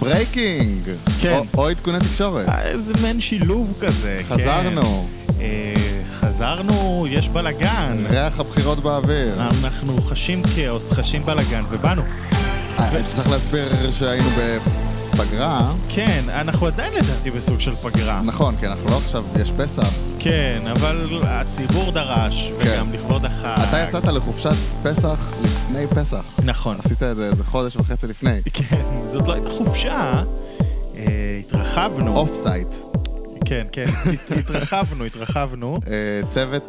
ברייקינג. כן. או עדכוני תקשורת. איזה מעין שילוב כזה. חזרנו. חזרנו, יש בלגן. ריח הבחירות באוויר. אנחנו חשים כאוס, חשים בלגן, ובאנו. צריך להסביר שהיינו בפגרה. כן, אנחנו עדיין לדעתי בסוג של פגרה. נכון, כי אנחנו לא עכשיו, יש פסח. כן, אבל הציבור דרש, וגם לכבוד החג. אתה יצאת לחופשת פסח לפני פסח. נכון. עשית איזה חודש וחצי לפני. כן, זאת לא הייתה חופשה. התרחבנו. אוף סייט. כן, כן, התרחבנו. צוות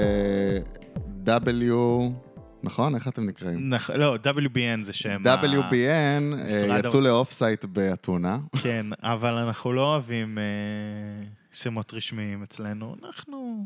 W, נכון? איך אתם נקראים? לא, WBN זה שם. WBN יצאו לאוף סייט באתונה. כן, אבל אנחנו לא אוהבים שמות רשמיים אצלנו. אנחנו.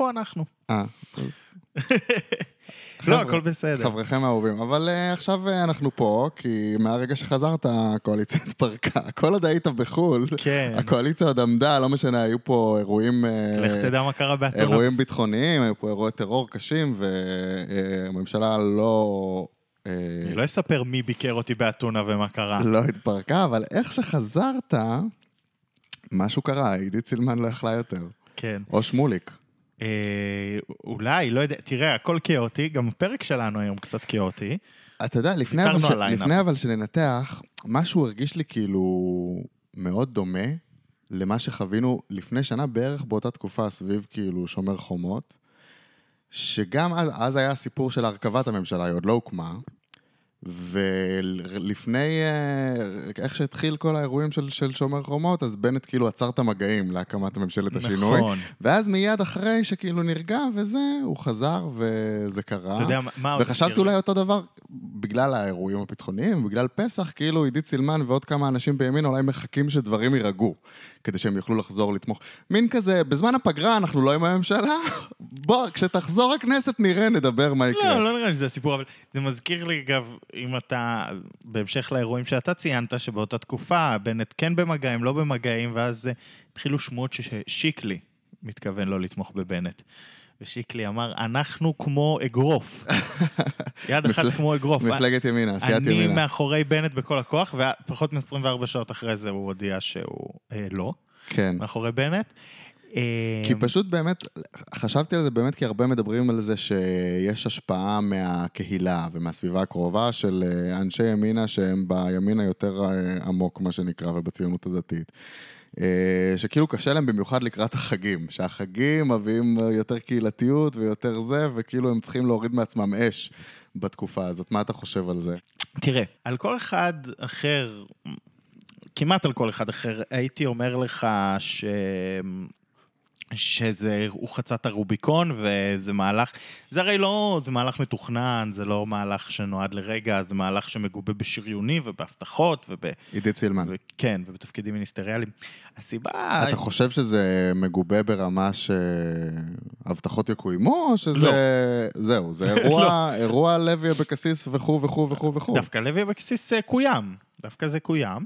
לא, הכל בסדר. חבריכם האהובים. אבל עכשיו אנחנו פה, כי מהרגע שחזרת, הקואליציה התפרקה. כל עוד היית בחול, הקואליציה עוד עמדה, לא משנה, היו פה אירועים... לך תדע מה קרה באתונה. אירועים ביטחוניים, היו פה אירועי טרור קשים, והממשלה לא... אני לא אספר מי ביקר אותי באתונה ומה קרה. לא התפרקה, אבל איך שחזרת, משהו קרה, עידית סילמן לא יכלה יותר. כן. או שמוליק. אולי, לא יודע, תראה, הכל כאוטי, גם הפרק שלנו היום קצת כאוטי. אתה יודע, לפני אבל שננתח, משהו הרגיש לי כאילו מאוד דומה למה שחווינו לפני שנה בערך באותה תקופה סביב כאילו שומר חומות, שגם אז היה הסיפור של הרכבת הממשלה, היא עוד לא הוקמה, ולפני, איך שהתחיל כל האירועים של שומר חומות, אז בנט כאילו עצר את המגעים להקמת הממשלת השינוי. נכון. ואז מיד אחרי שכאילו נרגע וזה, הוא חזר וזה קרה. אתה יודע, מה עוד וחשבתי אולי אותו דבר, בגלל האירועים הביטחוניים, בגלל פסח, כאילו עידית סילמן ועוד כמה אנשים בימין אולי מחכים שדברים יירגעו, כדי שהם יוכלו לחזור לתמוך. מין כזה, בזמן הפגרה אנחנו לא עם הממשלה, בוא, כשתחזור הכנסת נראה, נדבר מה יקרה. לא נראה שזה הסיפור, אבל זה מזכיר לי, אגב, אם אתה, בהמשך לאירועים שאתה ציינת, שבאותה תקופה, בנט כן במגעים, לא במגעים, ואז התחילו שמועות ששיקלי מתכוון לא לתמוך בבנט. ושיקלי אמר, אנחנו כמו אגרוף. יד אחת כמו אגרוף. מפלגת ימינה, עשיית ימינה. אני מאחורי בנט בכל הכוח, ופחות מ-24 שעות אחרי זה הוא הודיע שהוא לא. כן. מאחורי בנט. כי פשוט באמת, חשבתי על זה באמת כי הרבה מדברים על זה שיש השפעה מהקהילה ומהסביבה הקרובה של אנשי ימינה שהם בימין היותר עמוק, מה שנקרא, ובציונות הדתית. שכאילו קשה להם במיוחד לקראת החגים, שהחגים מביאים יותר קהילתיות ויותר זה, וכאילו הם צריכים להוריד מעצמם אש בתקופה הזאת. מה אתה חושב על זה? תראה, על כל אחד אחר, כמעט על כל אחד אחר, הייתי אומר לך הוא חצה את הרוביקון, וזה מהלך, זה הרי לא, זה מהלך מתוכנן, זה לא מהלך שנועד לרגע, זה מהלך שמגובה בשריוני ובהבטחות עידית סילמן. כן, ובתפקידים מיניסטריאליים. הסיבה... אתה חושב שזה מגובה ברמה שהבטחות יקוימו, או שזה... לא. זהו, זה אירוע לוי אבקסיס וכו' וכו' וכו' וכו'. דווקא לוי אבקסיס קוים, דווקא זה קוים.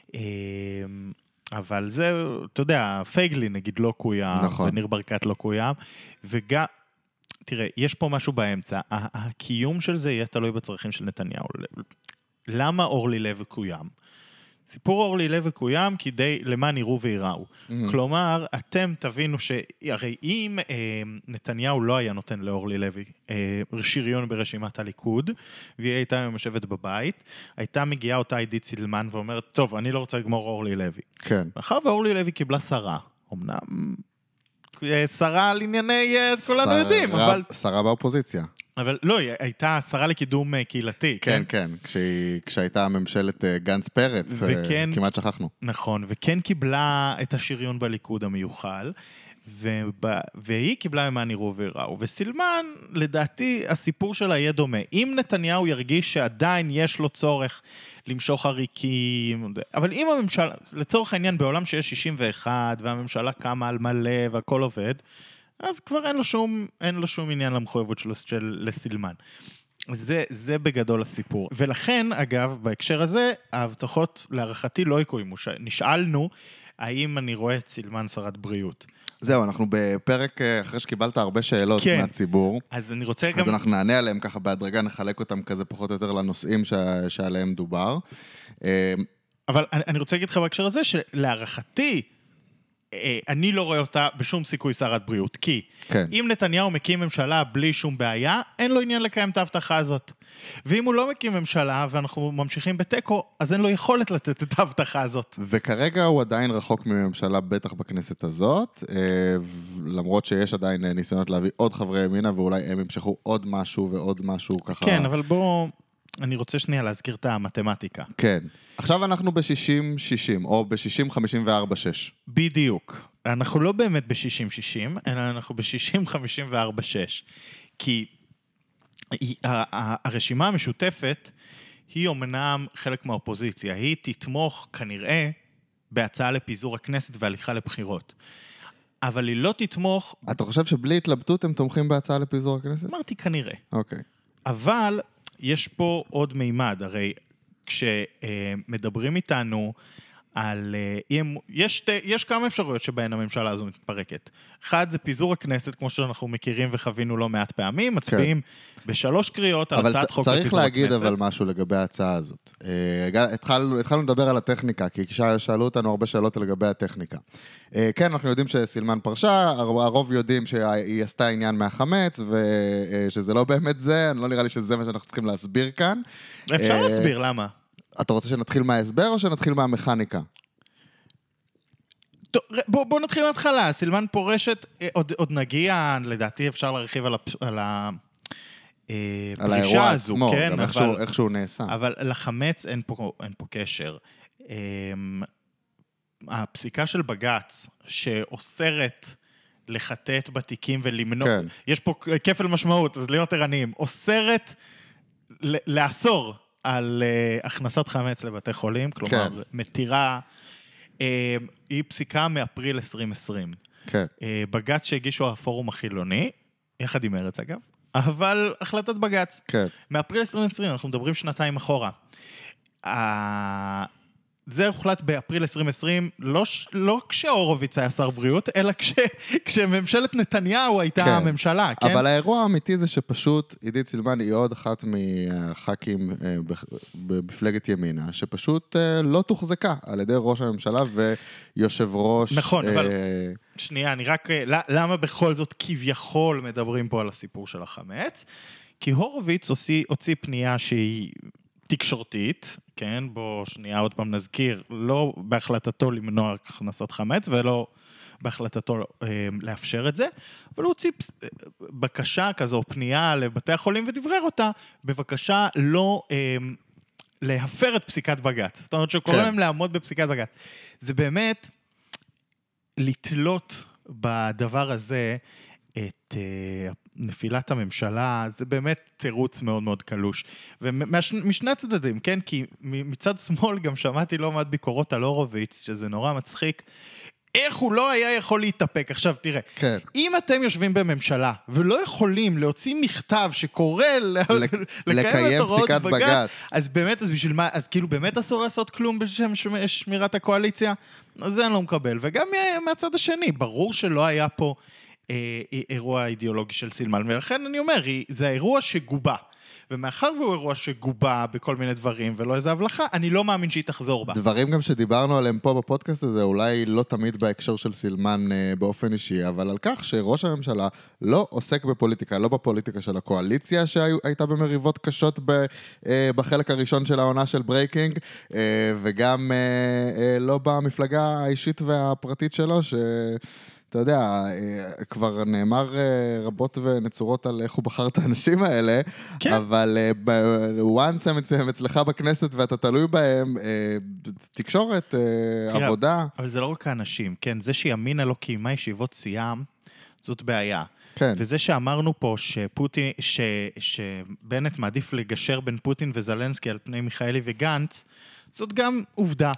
אבל זה, אתה יודע, פייגלי נגיד לא קוים, נכון. וניר ברקת לא קוים, וגם, תראה, יש פה משהו באמצע, הקיום של זה יהיה תלוי בצרכים של נתניהו. למה אורלי לוי קוים? סיפור אורלי לוי קוים כדי למען יראו ויראו. כלומר, אתם תבינו שהרי אם נתניהו לא היה נותן לאורלי לוי שריון ברשימת הליכוד, והיא הייתה היום יושבת בבית, הייתה מגיעה אותה עידית סילמן ואומרת, טוב, אני לא רוצה לגמור אורלי לוי. כן. אחר ואורלי לוי קיבלה שרה. אמנם שרה על ענייני, כולנו יודעים, אבל... שרה באופוזיציה. אבל לא, היא הייתה שרה לקידום קהילתי. כן, כן, כשהייתה ממשלת גנץ פרץ, כמעט שכחנו. נכון, וכן קיבלה את השריון בליכוד המיוחל, והיא קיבלה למען יראו ויראו. וסילמן, לדעתי, הסיפור שלה יהיה דומה. אם נתניהו ירגיש שעדיין יש לו צורך למשוך עריקים, אבל אם הממשלה, לצורך העניין בעולם שיש 61, והממשלה קמה על מלא והכל עובד, אז כבר אין לו שום עניין למחויבות שלו לסילמן. זה בגדול הסיפור. ולכן, אגב, בהקשר הזה, ההבטחות להערכתי לא יקוימו. נשאלנו, האם אני רואה את סילמן שרת בריאות? זהו, אנחנו בפרק אחרי שקיבלת הרבה שאלות מהציבור. אז אני רוצה גם... אז אנחנו נענה עליהם ככה בהדרגה, נחלק אותם כזה פחות או יותר לנושאים שעליהם דובר. אבל אני רוצה להגיד לך בהקשר הזה, שלהערכתי, אני לא רואה אותה בשום סיכוי שרת בריאות, כי אם נתניהו מקים ממשלה בלי שום בעיה, אין לו עניין לקיים את ההבטחה הזאת. ואם הוא לא מקים ממשלה, ואנחנו ממשיכים בטקו, אז אין לו יכולת לתת את ההבטחה הזאת. וכרגע הוא עדיין רחוק מממשלה, בטח בכנסת הזאת, למרות שיש עדיין ניסיונות להביא עוד חברי ימינה, ואולי הם ימשכו עוד משהו ועוד משהו ככה. כן, אבל בוא, אני רוצה שנייה להזכיר את המתמטיקה. כן. עכשיו אנחנו ב-60-60, או ב-60-54-6. בדיוק. אנחנו לא באמת ב-60-60, אלא אנחנו ב-60-54-6. כי הרשימה המשותפת היא אומנם חלק מהאופוזיציה. היא תתמוך כנראה בהצעה לפיזור הכנסת והליכה לבחירות. אבל היא לא תתמוך... אתה חושב שבלי התלבטות הם תומכים בהצעה לפיזור הכנסת? אמרתי כנראה. אוקיי. אבל יש פה עוד מימד, הרי כשמדברים איתנו על... יש כמה אפשרויות שבהן הממשלה הזו מתפרקת. אחד זה פיזור הכנסת, כמו שאנחנו מכירים וחווינו לא מעט פעמים, מצביעים בשלוש קריאות על הצעת חוק לפיזור הכנסת. אבל צריך להגיד אבל משהו לגבי ההצעה הזאת. התחלנו לדבר על הטכניקה, כי שאלו אותנו הרבה שאלות לגבי הטכניקה. כן, אנחנו יודעים שסילמן פרשה, הרוב יודעים שהיא עשתה עניין מהחמץ, ושזה לא באמת זה, אני לא נראה לי שזה מה שאנחנו צריכים להסביר כאן. אפשר להסביר, למה? אתה רוצה שנתחיל מההסבר או שנתחיל מהמכניקה? בוא נתחיל מההתחלה. סילמן פורשת, עוד נגיע, לדעתי אפשר להרחיב על האירוע עצמו, גם איך שהוא נעשה. אבל לחמץ אין פה קשר. הפסיקה של בג"ץ, שאוסרת לחטט בתיקים ולמנוע, יש פה כפל משמעות, אז להיות ערניים, אוסרת לאסור על הכנסת חמץ לבתי חולים, כלומר, מתירה, היא פסיקה מאפריל 2020. בג"ץ שהגישו הפורום החילוני, יחד עם ארץ אגב, אבל החלטת בג"ץ. מאפריל 2020, אנחנו מדברים שנתיים אחורה. זה הוחלט באפריל 2020, לא כשהורוביץ היה שר בריאות, אלא כשממשלת נתניהו הייתה הממשלה, כן? אבל האירוע האמיתי זה שפשוט עידית סילמן היא עוד אחת מהח"כים במפלגת ימינה, שפשוט לא תוחזקה על ידי ראש הממשלה ויושב ראש... נכון, אבל שנייה, אני רק... למה בכל זאת כביכול מדברים פה על הסיפור של החמץ? כי הורוביץ הוציא פנייה שהיא... תקשורתית, כן, בוא שנייה עוד פעם נזכיר, לא בהחלטתו למנוע הכנסת חמץ, ולא בהחלטתו לאפשר את זה, אבל הוא הוציא בקשה כזו, פנייה לבתי החולים ודברר אותה, בבקשה לא להפר את פסיקת בג"ץ. זאת אומרת שקוראים להם לעמוד בפסיקת בג"ץ. זה באמת לתלות בדבר הזה את נפילת הממשלה, זה באמת תירוץ מאוד מאוד קלוש. ומשני הצדדים, כן? כי מצד שמאל גם שמעתי לא מעט ביקורות על הורוביץ, שזה נורא מצחיק. איך הוא לא היה יכול להתאפק? עכשיו תראה, אם אתם יושבים בממשלה, ולא יכולים להוציא מכתב שקורא לקיים את הוראות בג"ץ, אז באמת, אז בשביל מה, אז כאילו באמת אסור לעשות כלום בשם שמירת הקואליציה? אז זה אני לא מקבל. וגם מהצד השני, ברור שלא היה פה אירוע אידיאולוגי של סילמן, ולכן אני אומר, זה האירוע שגובה, ומאחר והוא אירוע שגובה בכל מיני דברים, ולא איזה הבלחה, אני לא מאמין שהיא תחזור בה. דברים גם שדיברנו עליהם פה בפודקאסט הזה, אולי לא תמיד בהקשר של סילמן באופן אישי, אבל על כך שראש הממשלה לא עוסק בפוליטיקה, לא בפוליטיקה של הקואליציה, שהייתה במריבות קשות בחלק הראשון של העונה של ברייקינג, וגם לא במפלגה האישית והפרטית שלו, אתה יודע, כבר נאמר רבות ונצורות על איך הוא בחר את האנשים האלה, אבל once הם אצלך בכנסת ואתה תלוי בהם, תקשורת, עבודה. אבל זה לא רק האנשים, כן, זה שימינה לא קיימה ישיבות סיום, זאת בעיה. וזה שאמרנו פה שבנט מעדיף לגשר בין פוטין וזלנסקי על פני מיכאלי וגנץ, זאת גם עובדה.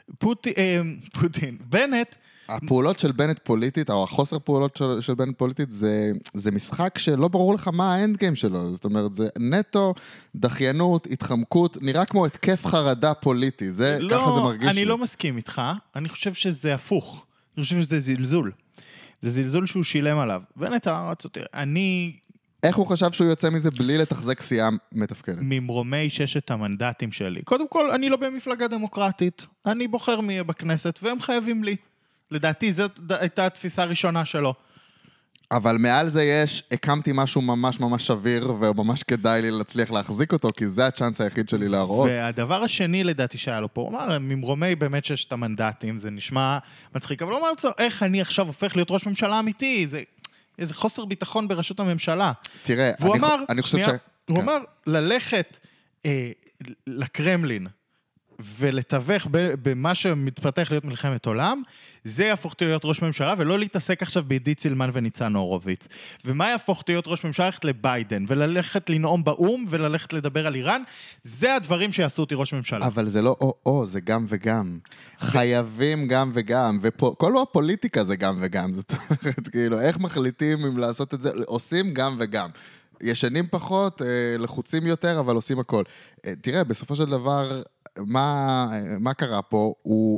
בנט, הפעולות של בנט פוליטית, או החוסר פעולות של בנט פוליטית, זה משחק שלא ברור לך מה האנד גיים שלו. זאת אומרת, זה נטו, דחיינות, התחמקות, נראה כמו התקף חרדה פוליטי. ככה זה מרגיש לי. אני לא מסכים איתך, אני חושב שזה הפוך. אני חושב שזה זלזול. זה זלזול שהוא שילם עליו. בנט הרץ אותי, אני איך הוא חשב שהוא יוצא מזה בלי לתחזק סיעה מתפקדת? ממרומי 6 המנדטים שלי. קודם כל, אני לא במפלגה דמוקרטית. אני בוחר מי יהיה בכנסת, והם חייבים לי. לדעתי, זאת הייתה התפיסה הראשונה שלו. אבל מעל זה הקמתי משהו ממש ממש שביר, וממש כדאי לי להצליח להחזיק אותו, כי זה הצ'אנס היחיד שלי להראות. והדבר השני, לדעתי, שהיה לו פה, הוא אמר, ממרומי באמת 6 המנדטים, זה נשמע מצחיק, אבל הוא אמר, איך אני עכשיו הופך להיות ראש ממשלה אמיתי? זה איזה חוסר ביטחון בראשות הממשלה. תראה, אני חושב הוא אמר, ללכת לקרמלין, ולתווך במה שמתפתח להיות מלחמת עולם, זה יהפוך להיות ראש ממשלה, ולא להתעסק עכשיו בעידית סילמן וניצן הורוביץ. ומה יהפוך להיות ראש ממשלה? ללכת לביידן, וללכת לנאום באום, וללכת לדבר על איראן, זה הדברים שיעשו אותי ראש ממשלה. אבל זה לא או, זה גם וגם. חייבים גם וגם, וכל הפוליטיקה זה גם וגם, זאת אומרת, כאילו, איך מחליטים אם לעשות את זה? עושים גם וגם. ישנים פחות, לחוצים יותר, אבל עושים הכל. תראה, בסופו של דבר, מה קרה פה?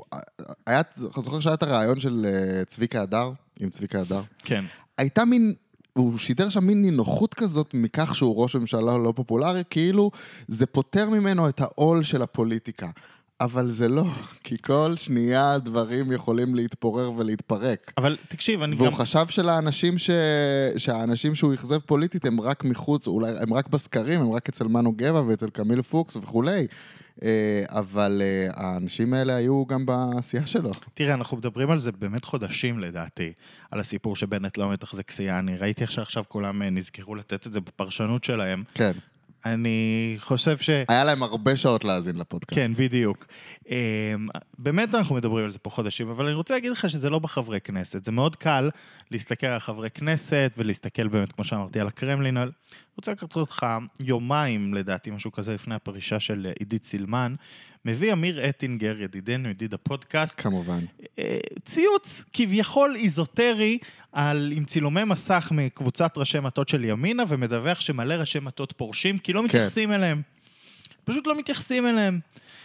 זוכר שהיה את הרעיון של צביקה הדר, עם צביקה הדר? כן. הייתה מין, הוא שידר שם מין נינוחות כזאת מכך שהוא ראש ממשלה לא פופולרי, כאילו זה פותר ממנו את העול של הפוליטיקה. אבל זה לא, כי כל שנייה דברים יכולים להתפורר ולהתפרק. אבל תקשיב, אני והוא חשב שהאנשים שהוא יחזב פוליטית הם רק מחוץ, אולי הם רק בסקרים, הם רק אצל מנו גבע ואצל קמיל פוקס וכולי. אבל האנשים האלה היו גם בעשייה שלו. תראה, אנחנו מדברים על זה באמת חודשים לדעתי, על הסיפור שבנט לא מתחזק סיעה. אני ראיתי שעכשיו כולם נזכרו לתת את זה בפרשנות שלהם. כן. אני חושב היה להם הרבה שעות להאזין לפודקאסט. כן, בדיוק. באמת אנחנו מדברים על זה פה חודשים, אבל אני רוצה להגיד לך שזה לא בחברי כנסת. זה מאוד קל להסתכל על חברי כנסת, ולהסתכל באמת, כמו שאמרתי, על הקרמלין. אני רוצה לקחת אותך יומיים, לדעתי, משהו כזה לפני הפרישה של עידית סילמן, מביא אמיר אטינגר, ידידנו, ידיד הפודקאסט. כמובן. ציוץ כביכול איזוטרי, עם צילומי מסך מקבוצת ראשי מטות של ימינה, ומדווח שמלא ראשי מטות פורשים, כי לא מתייחסים אליהם. פשוט לא מתייחסים אליהם.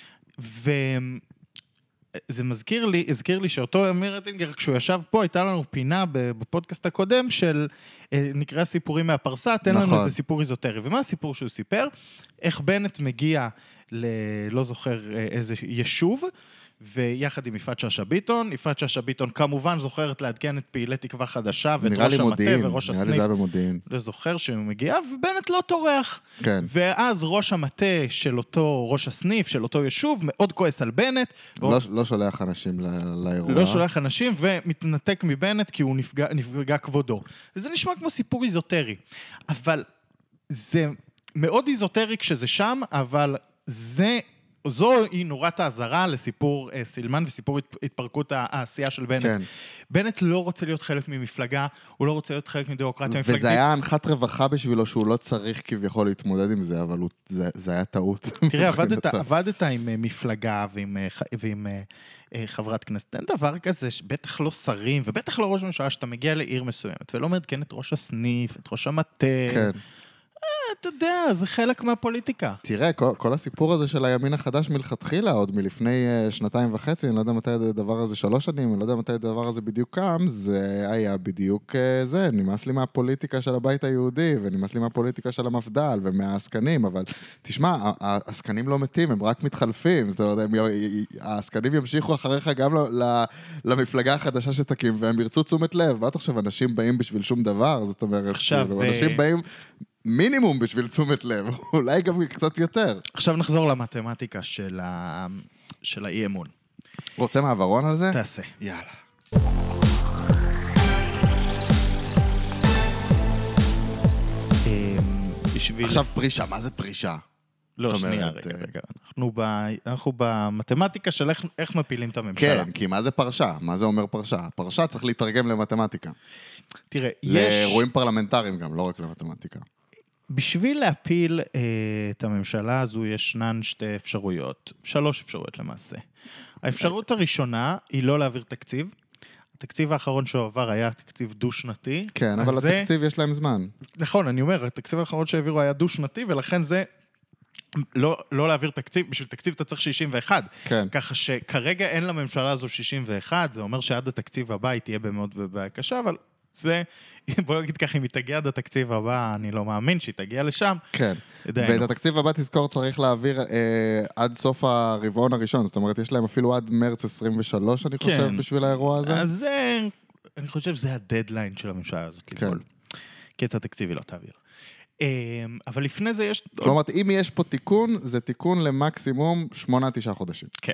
וזה הזכיר לי שאותו אמיר אטינגר, כשהוא ישב פה, הייתה לנו פינה בפודקאסט הקודם של נקרא סיפורים מהפרסה, תן לנו איזה סיפור איזוטרי. ומה הסיפור שהוא סיפר? איך בנט מגיע לא זוכר איזה יישוב, ויחד עם יפעת שאשא ביטון. יפעת שאשא ביטון כמובן זוכרת לעדכן את פעילי תקווה חדשה, ואת ראש המטה וראש הסניף. נראה לי זה במודיעין. לא זוכר שהוא מגיע, ובנט לא טורח. כן. ואז ראש המטה של אותו ראש הסניף, של אותו יישוב, מאוד כועס על בנט. לא שולח אנשים לאירוע. לא שולח אנשים, ומתנתק מבנט כי הוא נפגע כבודו. וזה נשמע כמו סיפור איזוטרי. אבל זה מאוד איזוטרי כשזה שם, אבל זוהי נורת האזהרה לסיפור סילמן וסיפור התפרקות העשייה של בנט. כן. בנט לא רוצה להיות חלק ממפלגה, הוא לא רוצה להיות חלק מדמוקרטיה מפלגתית. וזה היה הנחת רווחה בשבילו שהוא לא צריך כביכול להתמודד עם זה, אבל זה היה טעות. תראה, עבדת עם מפלגה ועם חברת כנסת. אין דבר כזה, בטח לא שרים, ובטח לא ראש ממשלה, שאתה מגיע לעיר מסוימת, ולא מעדכן את ראש הסניף, את ראש המטה. כן. אתה יודע, זה חלק מהפוליטיקה. תראה, כל הסיפור הזה של הימין החדש מלכתחילה, עוד מלפני 2.5, אני לא יודע מתי הדבר הזה 3 שנים, אני לא יודע מתי הדבר הזה בדיוק קם, זה היה בדיוק זה, נמאס לי מהפוליטיקה של הבית היהודי, ונמאס לי מהפוליטיקה של המפד"ל ומהעסקנים, אבל תשמע, העסקנים לא מתים, הם רק מתחלפים, זאת אומרת, העסקנים ימשיכו אחריך גם למפלגה החדשה שתקים, והם ירצו תשומת לב, מה אתה חושב, אנשים באים בשביל שום דבר, זאת אומרת, אנשים באים מינימום בשביל תשומת לב, אולי גם קצת יותר. עכשיו נחזור למתמטיקה של האי-אמון. רוצה מעברון על זה? תעשה. יאללה. עכשיו פרישה, מה זה פרישה? לא, שנייה, רגע. אנחנו במתמטיקה של איך מפילים את הממשלה. כן, כי מה זה פרשה? מה זה אומר פרשה? פרשה צריך להתרגם למתמטיקה. תראה, לאירועים פרלמנטריים גם, לא רק למתמטיקה. בשביל להפיל את הממשלה הזו ישנן 2 אפשרויות, 3 אפשרויות למעשה. האפשרות הראשונה היא לא להעביר תקציב. התקציב האחרון שעבר היה תקציב דו-שנתי. כן, אבל התקציב יש להם זמן. נכון, אני אומר, התקציב האחרון שהעבירו היה דו-שנתי, ולכן זה לא להעביר תקציב, בשביל תקציב אתה צריך 61. כן. ככה שכרגע אין לממשלה הזו 61, זה אומר שעד התקציב הבא היא תהיה במאוד ובעיה קשה, אבל זה, בוא נגיד ככה, אם היא תגיע עד התקציב הבא, אני לא מאמין שהיא תגיע לשם. כן, ואת התקציב הבא תזכור צריך להעביר עד סוף הרבעון הראשון, זאת אומרת, יש להם אפילו עד מרץ 23, אני חושב, בשביל האירוע הזה. אז אני חושב שזה הדדליין של הממשלה הזאת, לפעול. כי את התקציב היא לא תעביר. אבל לפני זה יש... כלומר, אם יש פה תיקון, זה תיקון למקסימום 8-9 חודשים. כן.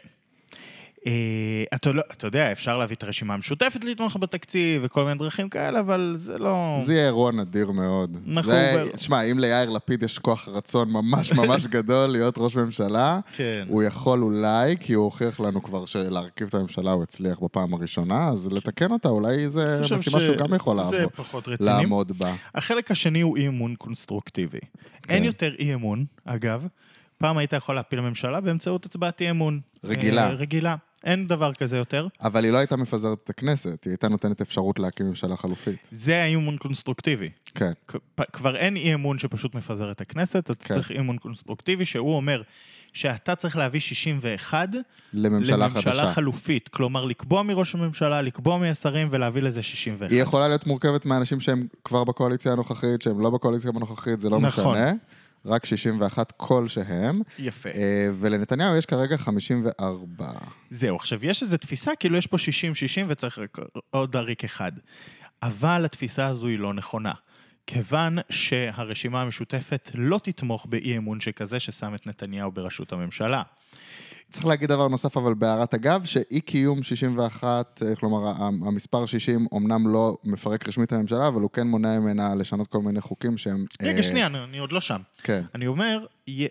אתה יודע, אפשר להביא את הרשימה המשותפת לתמוך בתקציב וכל מיני דרכים כאלה, אבל זה לא... זה יהיה אירוע נדיר מאוד. נכון. תשמע, אם ליאיר לפיד יש כוח רצון ממש ממש גדול להיות ראש ממשלה, הוא יכול אולי, כי הוא הוכיח לנו כבר שלהרכיב את הממשלה הוא הצליח בפעם הראשונה, אז לתקן אותה, אולי זה משימה שהוא גם יכול לעמוד בה. החלק השני הוא אי אמון קונסטרוקטיבי. אין יותר אי אמון, אגב. פעם היית יכול להפיל הממשלה באמצעות הצבעת אי אמון. רגילה. אין דבר כזה יותר. אבל היא לא הייתה מפזרת את הכנסת, היא הייתה נותנת אפשרות להקים ממשלה חלופית. זה אי אמון קונסטרוקטיבי. כן. כבר אין אי אמון שפשוט מפזר את הכנסת, אתה צריך אי אמון קונסטרוקטיבי, שהוא אומר שאתה צריך להביא 61 לממשלה חלופית. כלומר, לקבוע מראש הממשלה, לקבוע מהשרים ולהביא לזה 61. היא יכולה להיות מורכבת מאנשים שהם כבר בקואליציה הנוכחית, שהם לא בקואליציה הנוכחית, זה לא משנה. רק 61 כל שהם. יפה. ולנתניהו יש כרגע 54. זהו, עכשיו יש איזו תפיסה, כאילו יש פה 60-60 וצריך עוד עריק אחד. אבל התפיסה הזו היא לא נכונה. כיוון שהרשימה המשותפת לא תתמוך באי אמון שכזה ששם את נתניהו בראשות הממשלה. צריך להגיד דבר נוסף, אבל בהערת אגב, שאי קיום 61, כלומר, המספר 60 אומנם לא מפרק רשמית את הממשלה, אבל הוא כן מונע ממנה לשנות כל מיני חוקים שהם... רגע, שנייה, אני עוד לא שם. כן. אני אומר,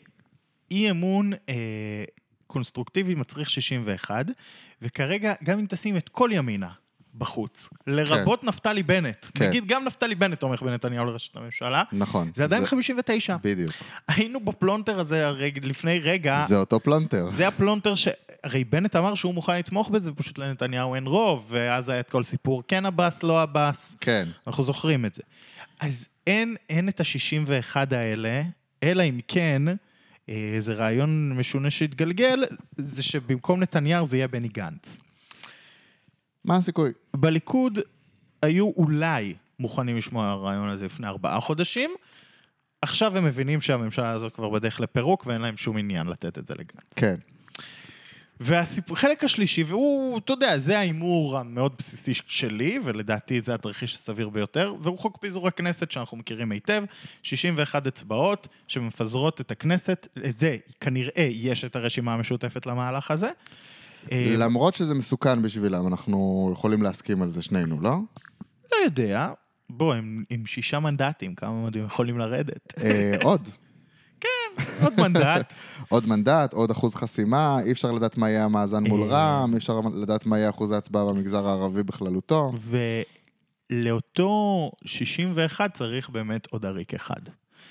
אי אמון קונסטרוקטיבי מצריך 61, וכרגע גם אם תשים את כל ימינה בחוץ, לרבות נפתלי בנט. נגיד, גם נפתלי בנט תומך בנתניהו לראשות הממשלה. נכון. זה עדיין 59. בדיוק. היינו בפלונטר הזה לפני רגע. זה אותו פלונטר. זה הפלונטר הרי בנט אמר שהוא מוכן לתמוך בזה, פשוט לנתניהו אין רוב, ואז היה את כל סיפור, כן הבאס, לא הבאס. כן. אנחנו זוכרים את זה. אז אין את ה-61 האלה, אלא אם כן, זה רעיון משונה שהתגלגל, זה שבמקום נתניהו זה יהיה בני גנץ. מה הסיכוי? בליכוד היו אולי מוכנים לשמוע הרעיון הזה לפני 4 חודשים, עכשיו הם מבינים שהממשלה הזאת כבר בדרך לפירוק, ואין להם שום עניין לתת את זה לגנץ. כן. והחלק השלישי, והוא, אתה יודע, זה האימור המאוד בסיסי שלי, ולדעתי זה התרחיש הסביר ביותר, והוא חוק פיזור הכנסת שאנחנו מכירים היטב, 61 אצבעות שמפזרות את הכנסת, את זה כנראה יש את הרשימה המשותפת למהלך הזה. למרות שזה מסוכן בשבילם, אנחנו יכולים להסכים על זה שנינו, לא? לא יודע. בוא, עם 6 מנדטים, כמה מאוד הם יכולים לרדת? עוד. כן, עוד מנדט. עוד מנדט, עוד אחוז חסימה, אי אפשר לדעת מה יהיה המאזן מול רם, אי אפשר לדעת מה יהיה אחוז ההצבעה במגזר הערבי בכללותו. ולאותו 61 צריך באמת עוד עריק אחד.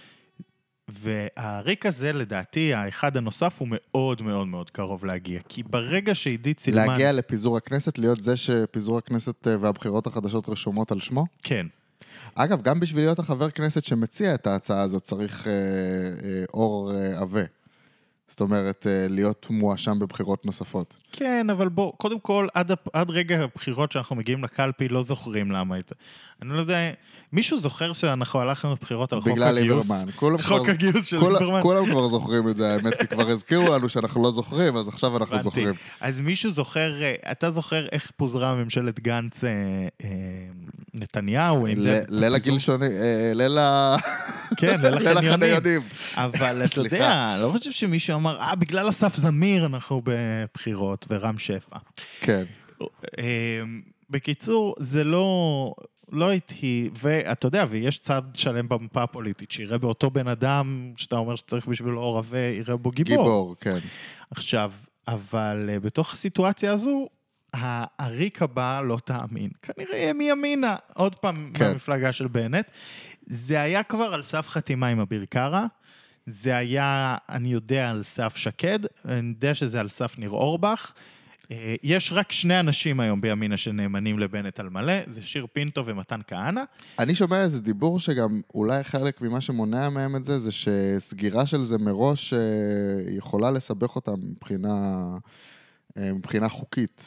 והעריק הזה, לדעתי, האחד הנוסף הוא מאוד מאוד מאוד קרוב להגיע, כי ברגע שעידית סילמן... להגיע לפיזור הכנסת, להיות זה שפיזור הכנסת והבחירות החדשות רשומות על שמו? כן. אגב, גם בשביל להיות החבר כנסת שמציע את ההצעה הזאת, צריך אור עבה. זאת אומרת, להיות מואשם בבחירות נוספות. כן, אבל בוא, קודם כל, עד רגע הבחירות שאנחנו מגיעים לקלפי, לא זוכרים למה הייתה. אני לא יודע, מישהו זוכר שאנחנו הלכנו לבחירות על חוק הגיוס? בגלל ליברמן. חוק הגיוס של ליברמן. כולם כבר זוכרים את זה, האמת, כי כבר הזכירו לנו שאנחנו לא זוכרים, אז עכשיו אנחנו זוכרים. אז מישהו זוכר, אתה זוכר איך פוזרה ממשלת גנץ נתניהו? ליל הגלשוני, כן, ליל החניונים. אבל אתה יודע, לא חושב שמישהו אמר, בגלל אסף זמיר אנחנו בבחירות, ורם שפע. כן. בקיצור, זה לא איתי, ואתה יודע, ויש צד שלם במפה הפוליטית, שיראה באותו בן אדם, שאתה אומר שצריך בשבילו אור עבה, יראה בו גיבור. גיבור, כן. עכשיו, אבל בתוך הסיטואציה הזו, העריק הבא לא תאמין. כנראה יהיה מימינה, עוד פעם מהמפלגה של בנט. זה היה כבר על סף חתימה עם אביר קארה, זה היה, אני יודע, על סף שקד, אני יודע שזה על סף ניר אורבך, יש רק 2 אנשים היום בימינה שנאמנים לבנט על מלא, זה שיר פינטו ומתן כהנא. אני שומע איזה דיבור שגם אולי חלק ממה שמונע מהם את זה, זה שסגירה של זה מראש יכולה לסבך אותם מבחינה חוקית.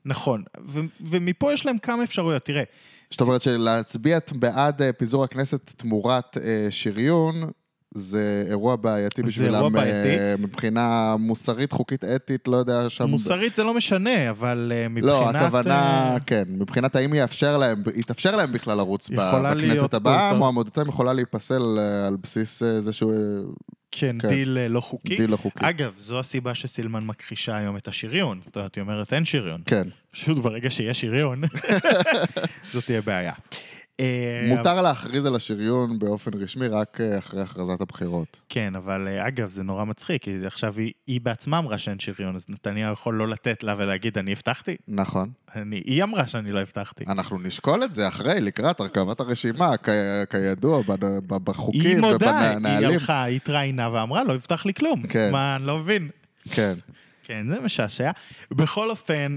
נכון, ומפה יש להם כמה אפשרויות, תראה. זאת אומרת שלהצביע בעד פיזור הכנסת תמורת שריון, זה אירוע בעייתי בשבילם, מבחינה מוסרית, חוקית, אתית, לא יודע שם... מוסרית זה לא משנה, אבל מבחינת... לא, הכוונה, כן, מבחינת האם יתאפשר להם בכלל לרוץ בכנסת הבאה, מועמדותם יכולה להיפסל על בסיס איזשהו... כן, דיל לא חוקי. דיל לא חוקי. אגב, זו הסיבה שסילמן מכחישה היום את השריון. זאת אומרת, היא אומרת, אין שריון. כן. פשוט ברגע שיש שריון, זאת תהיה בעיה. מותר להכריז על השריון באופן רשמי רק אחרי הכרזת הבחירות. כן, אבל אגב, זה נורא מצחיק, כי עכשיו היא בעצמה אמרה שאין שריון, אז נתניהו יכול לא לתת לה ולהגיד, אני הבטחתי? נכון. היא אמרה שאני לא הבטחתי. אנחנו נשקול את זה אחרי, לקראת הרכבת הרשימה, כידוע, בחוקים היא מודה, ובנהלים. היא הלכה, היא התראיינה ואמרה, לא הבטח לי כלום. כן. מה, אני לא מבין. כן. כן, זה משעשע. בכל אופן,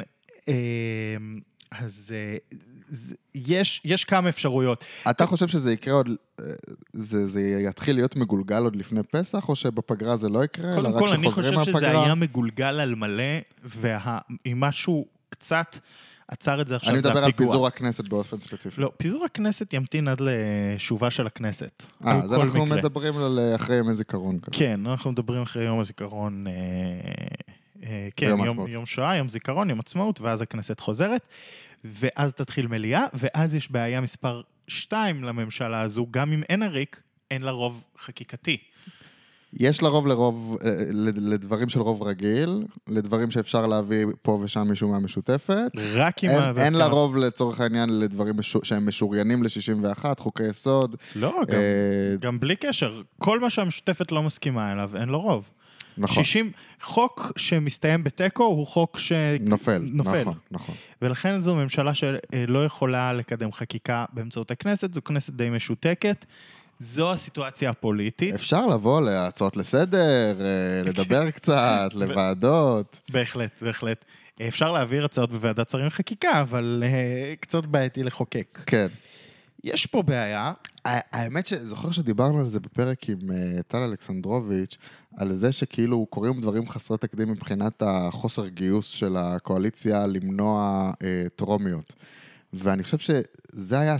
אז יש כמה אפשרויות. אתה חושב שזה יקרה עוד, זה יתחיל להיות מגולגל עוד לפני פסח, או שבפגרה זה לא יקרה? קודם כל, אני חושב שזה היה מגולגל על מלא, ואם משהו קצת עצר את זה עכשיו, זה הפיגוע. אני מדבר על פיזור הכנסת באופן ספציפי. לא, פיזור הכנסת ימתין עד לשובה של הכנסת. אז אנחנו מדברים על אחרי יום הזיכרון. כן, אנחנו מדברים אחרי יום הזיכרון, כן, יום שואה, יום זיכרון, יום עצמאות, ואז הכנסת חוזרת, ואז תתחיל מליאה, ואז יש בעיה מספר 2 לממשלה הזו, גם אם אין עריק, אין לה רוב חקיקתי. יש לה רוב לדברים של רוב רגיל, לדברים שאפשר להביא פה ושם מישהו מהמשותפת. רק עם אין לה רוב לצורך העניין לדברים שהם משוריינים ל-61, חוקי יסוד. לא, גם בלי קשר. כל מה שהמשותפת לא מסכימה אליו, אין לו רוב. נכון. 60, חוק שמסתיים בטקו הוא חוק נופל. נכון. ולכן זו ממשלה שלא יכולה לקדם חקיקה באמצעות הכנסת, זו כנסת די משותקת. זו הסיטואציה הפוליטית. אפשר לבוא להצעות לסדר, לדבר קצת, לוועדות. בהחלט. אפשר להעביר הצעות בוועדת שרים לחקיקה, אבל קצת בעייתי לחוקק. כן. יש פה בעיה. האמת שזוכר שדיברנו על זה בפרק עם טל אלכסנדרוביץ', על זה שכאילו קוראים דברים חסרי תקדים מבחינת החוסר גיוס של הקואליציה למנוע טרומיות. ואני חושב שזה היה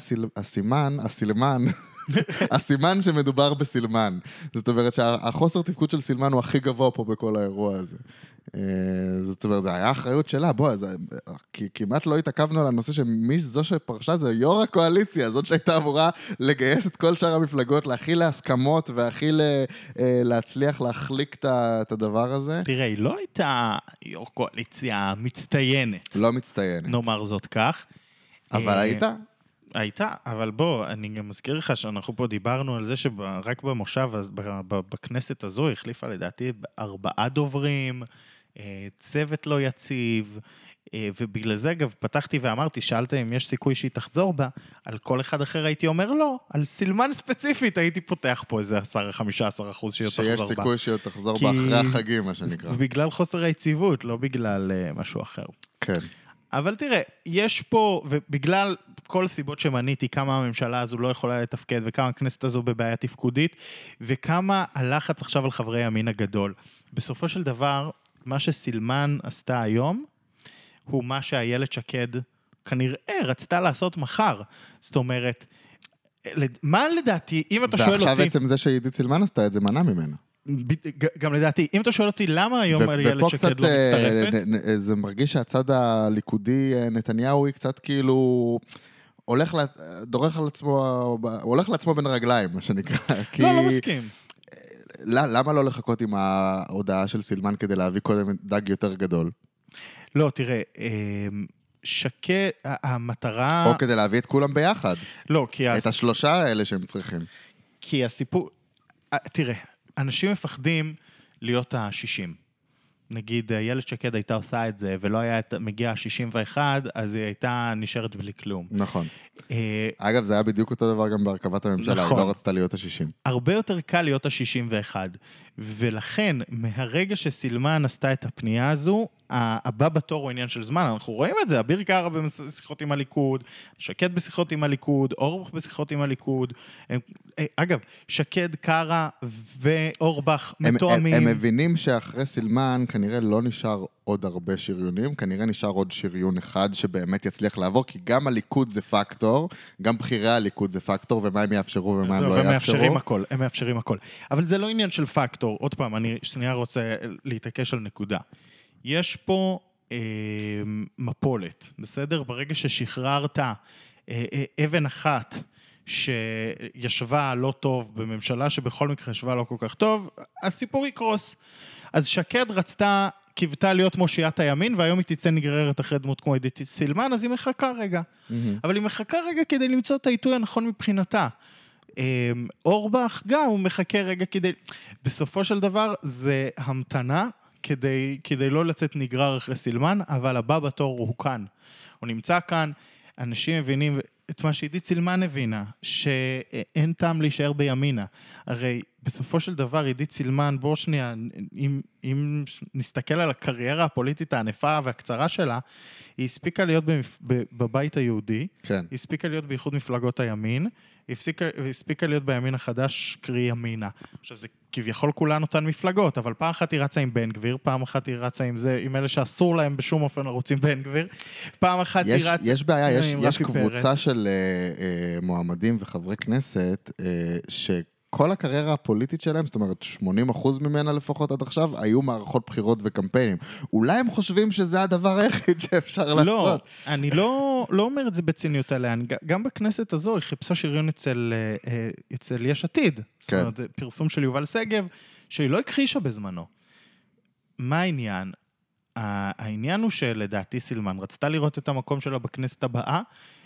הסימן שמדובר בסילמן. זאת אומרת שהחוסר תפקוד של סילמן הוא הכי גבוה פה בכל האירוע הזה. זאת אומרת, זה היה אחריות שלה, כמעט לא התעכבנו על הנושא שמי זו שפרשה זה יו"ר הקואליציה, זאת שהייתה אמורה לגייס את כל שאר המפלגות, להכיל להסכמות להצליח להחליק את הדבר הזה. תראה, היא לא הייתה יו"ר קואליציה מצטיינת. לא מצטיינת. נאמר זאת כך. אבל הייתה, אבל בוא, אני גם מזכיר לך שאנחנו פה דיברנו על זה שרק במושב, בכנסת הזו, החליפה לדעתי 4 דוברים, צוות לא יציב, ובגלל זה אגב פתחתי ואמרתי, שאלת אם יש סיכוי שהיא תחזור בה, על כל אחד אחר הייתי אומר לא, על סילמן ספציפית הייתי פותח פה איזה 10-15% שהיא תחזור בה. שיש סיכוי שהיא תחזור בה אחרי החגים, מה שנקרא. בגלל חוסר היציבות, לא בגלל משהו אחר. כן. אבל תראה, יש פה, ובגלל כל סיבות שמניתי, כמה הממשלה הזו לא יכולה לתפקד, וכמה הכנסת הזו בבעיה תפקודית, וכמה הלחץ עכשיו על חברי הימין הגדול. בסופו של דבר, מה שסילמן עשתה היום, הוא מה שאיילת שקד כנראה רצתה לעשות מחר. זאת אומרת, מה לדעתי, אם אתה שואל אותי... ועכשיו בעצם זה שעידית סילמן עשתה את זה מנע ממנה. גם לדעתי, אם אתה שואל אותי למה היום איילת שקד לא מצטרפת... זה מרגיש שהצד הליכודי נתניהו היא קצת כאילו... הולך לעצמו בין הרגליים, מה שנקרא. לא מסכים. למה לא לחכות עם ההודעה של סילמן כדי להביא קודם דג יותר גדול? לא, תראה, שקד, המטרה... או כדי להביא את כולם ביחד. לא, כי... את השלושה האלה שהם צריכים. כי הסיפור... תראה, אנשים מפחדים להיות ה-60. נגיד, איילת שקד הייתה עושה את זה, ולא היה מגיע ה-61, אז היא הייתה נשארת בלי כלום. נכון. אגב, זה היה בדיוק אותו דבר גם בהרכבת הממשלה, היא לא רצתה להיות ה-60. הרבה יותר קל להיות ה-61. ולכן, מהרגע שסילמן עשתה את הפנייה הזו, הבא בתור הוא עניין של זמן, אנחנו רואים את זה, אביר קארה בשיחות עם הליכוד, שקד בשיחות עם הליכוד, אורבך בשיחות עם הליכוד, אגב, שקד, קארה ואורבך מתואמים. הם מבינים שאחרי סילמן כנראה לא נשאר עוד הרבה שריונים, כנראה נשאר עוד שריון אחד שבאמת יצליח לעבור, כי גם הליכוד זה פקטור, גם בחירי הליכוד זה פקטור, ומה הם יאפשרו ומה הם לא יאפשרו. הם מאפשרים הכל. אבל זה לא עניין של פקטור. עוד פעם, אני שנייה רוצה להתעקש על נקודה. יש פה מפולת, בסדר? ברגע ששחררת אבן אחת שישבה לא טוב בממשלה, שבכל מקרה ישבה לא כל כך טוב, הסיפור יקרוס. אז שקד רצתה, קיוותה להיות מושיעת הימין, והיום היא תצא נגררת אחרי דמות כמו עידית סילמן, אז היא מחכה רגע. אבל היא מחכה רגע כדי למצוא את העיתוי הנכון מבחינתה. אורבך גם הוא מחכה רגע כדי... בסופו של דבר זה המתנה כדי לא לצאת נגרר אחרי סילמן, אבל הבא בתור הוא כאן. הוא נמצא כאן, אנשים מבינים את מה שעידית סילמן הבינה, שאין טעם להישאר בימינה. הרי בסופו של דבר עידית סילמן, בוא שנייה, אם נסתכל על הקריירה הפוליטית הענפה והקצרה שלה, היא הספיקה להיות בבית היהודי, כן. היא הספיקה להיות בייחוד מפלגות הימין, היא הספיקה להיות בימין החדש, קרי ימינה. עכשיו זה כביכול כולן אותן מפלגות, אבל פעם אחת היא רצה עם בן גביר, פעם אחת היא רצה עם אלה שאסור להם בשום אופן ערוץ עם בן גביר, פעם אחת היא רצה... יש בעיה, יש קבוצה של מועמדים וחברי כנסת, כל הקריירה הפוליטית שלהם, זאת אומרת 80% ממנה לפחות עד עכשיו, היו מערכות בחירות וקמפיינים. אולי הם חושבים שזה הדבר היחיד שאפשר לעשות. לא, אני לא אומר את זה בציניות עליה. גם בכנסת הזו היא חיפשה שריון אצל יש עתיד. זאת אומרת, זה פרסום של יובל סגב, שהיא לא הכחישה בזמנו. מה העניין? העניין הוא שלדעתי סילמן רצתה לראות את המקום שלה בכנסת הבאה,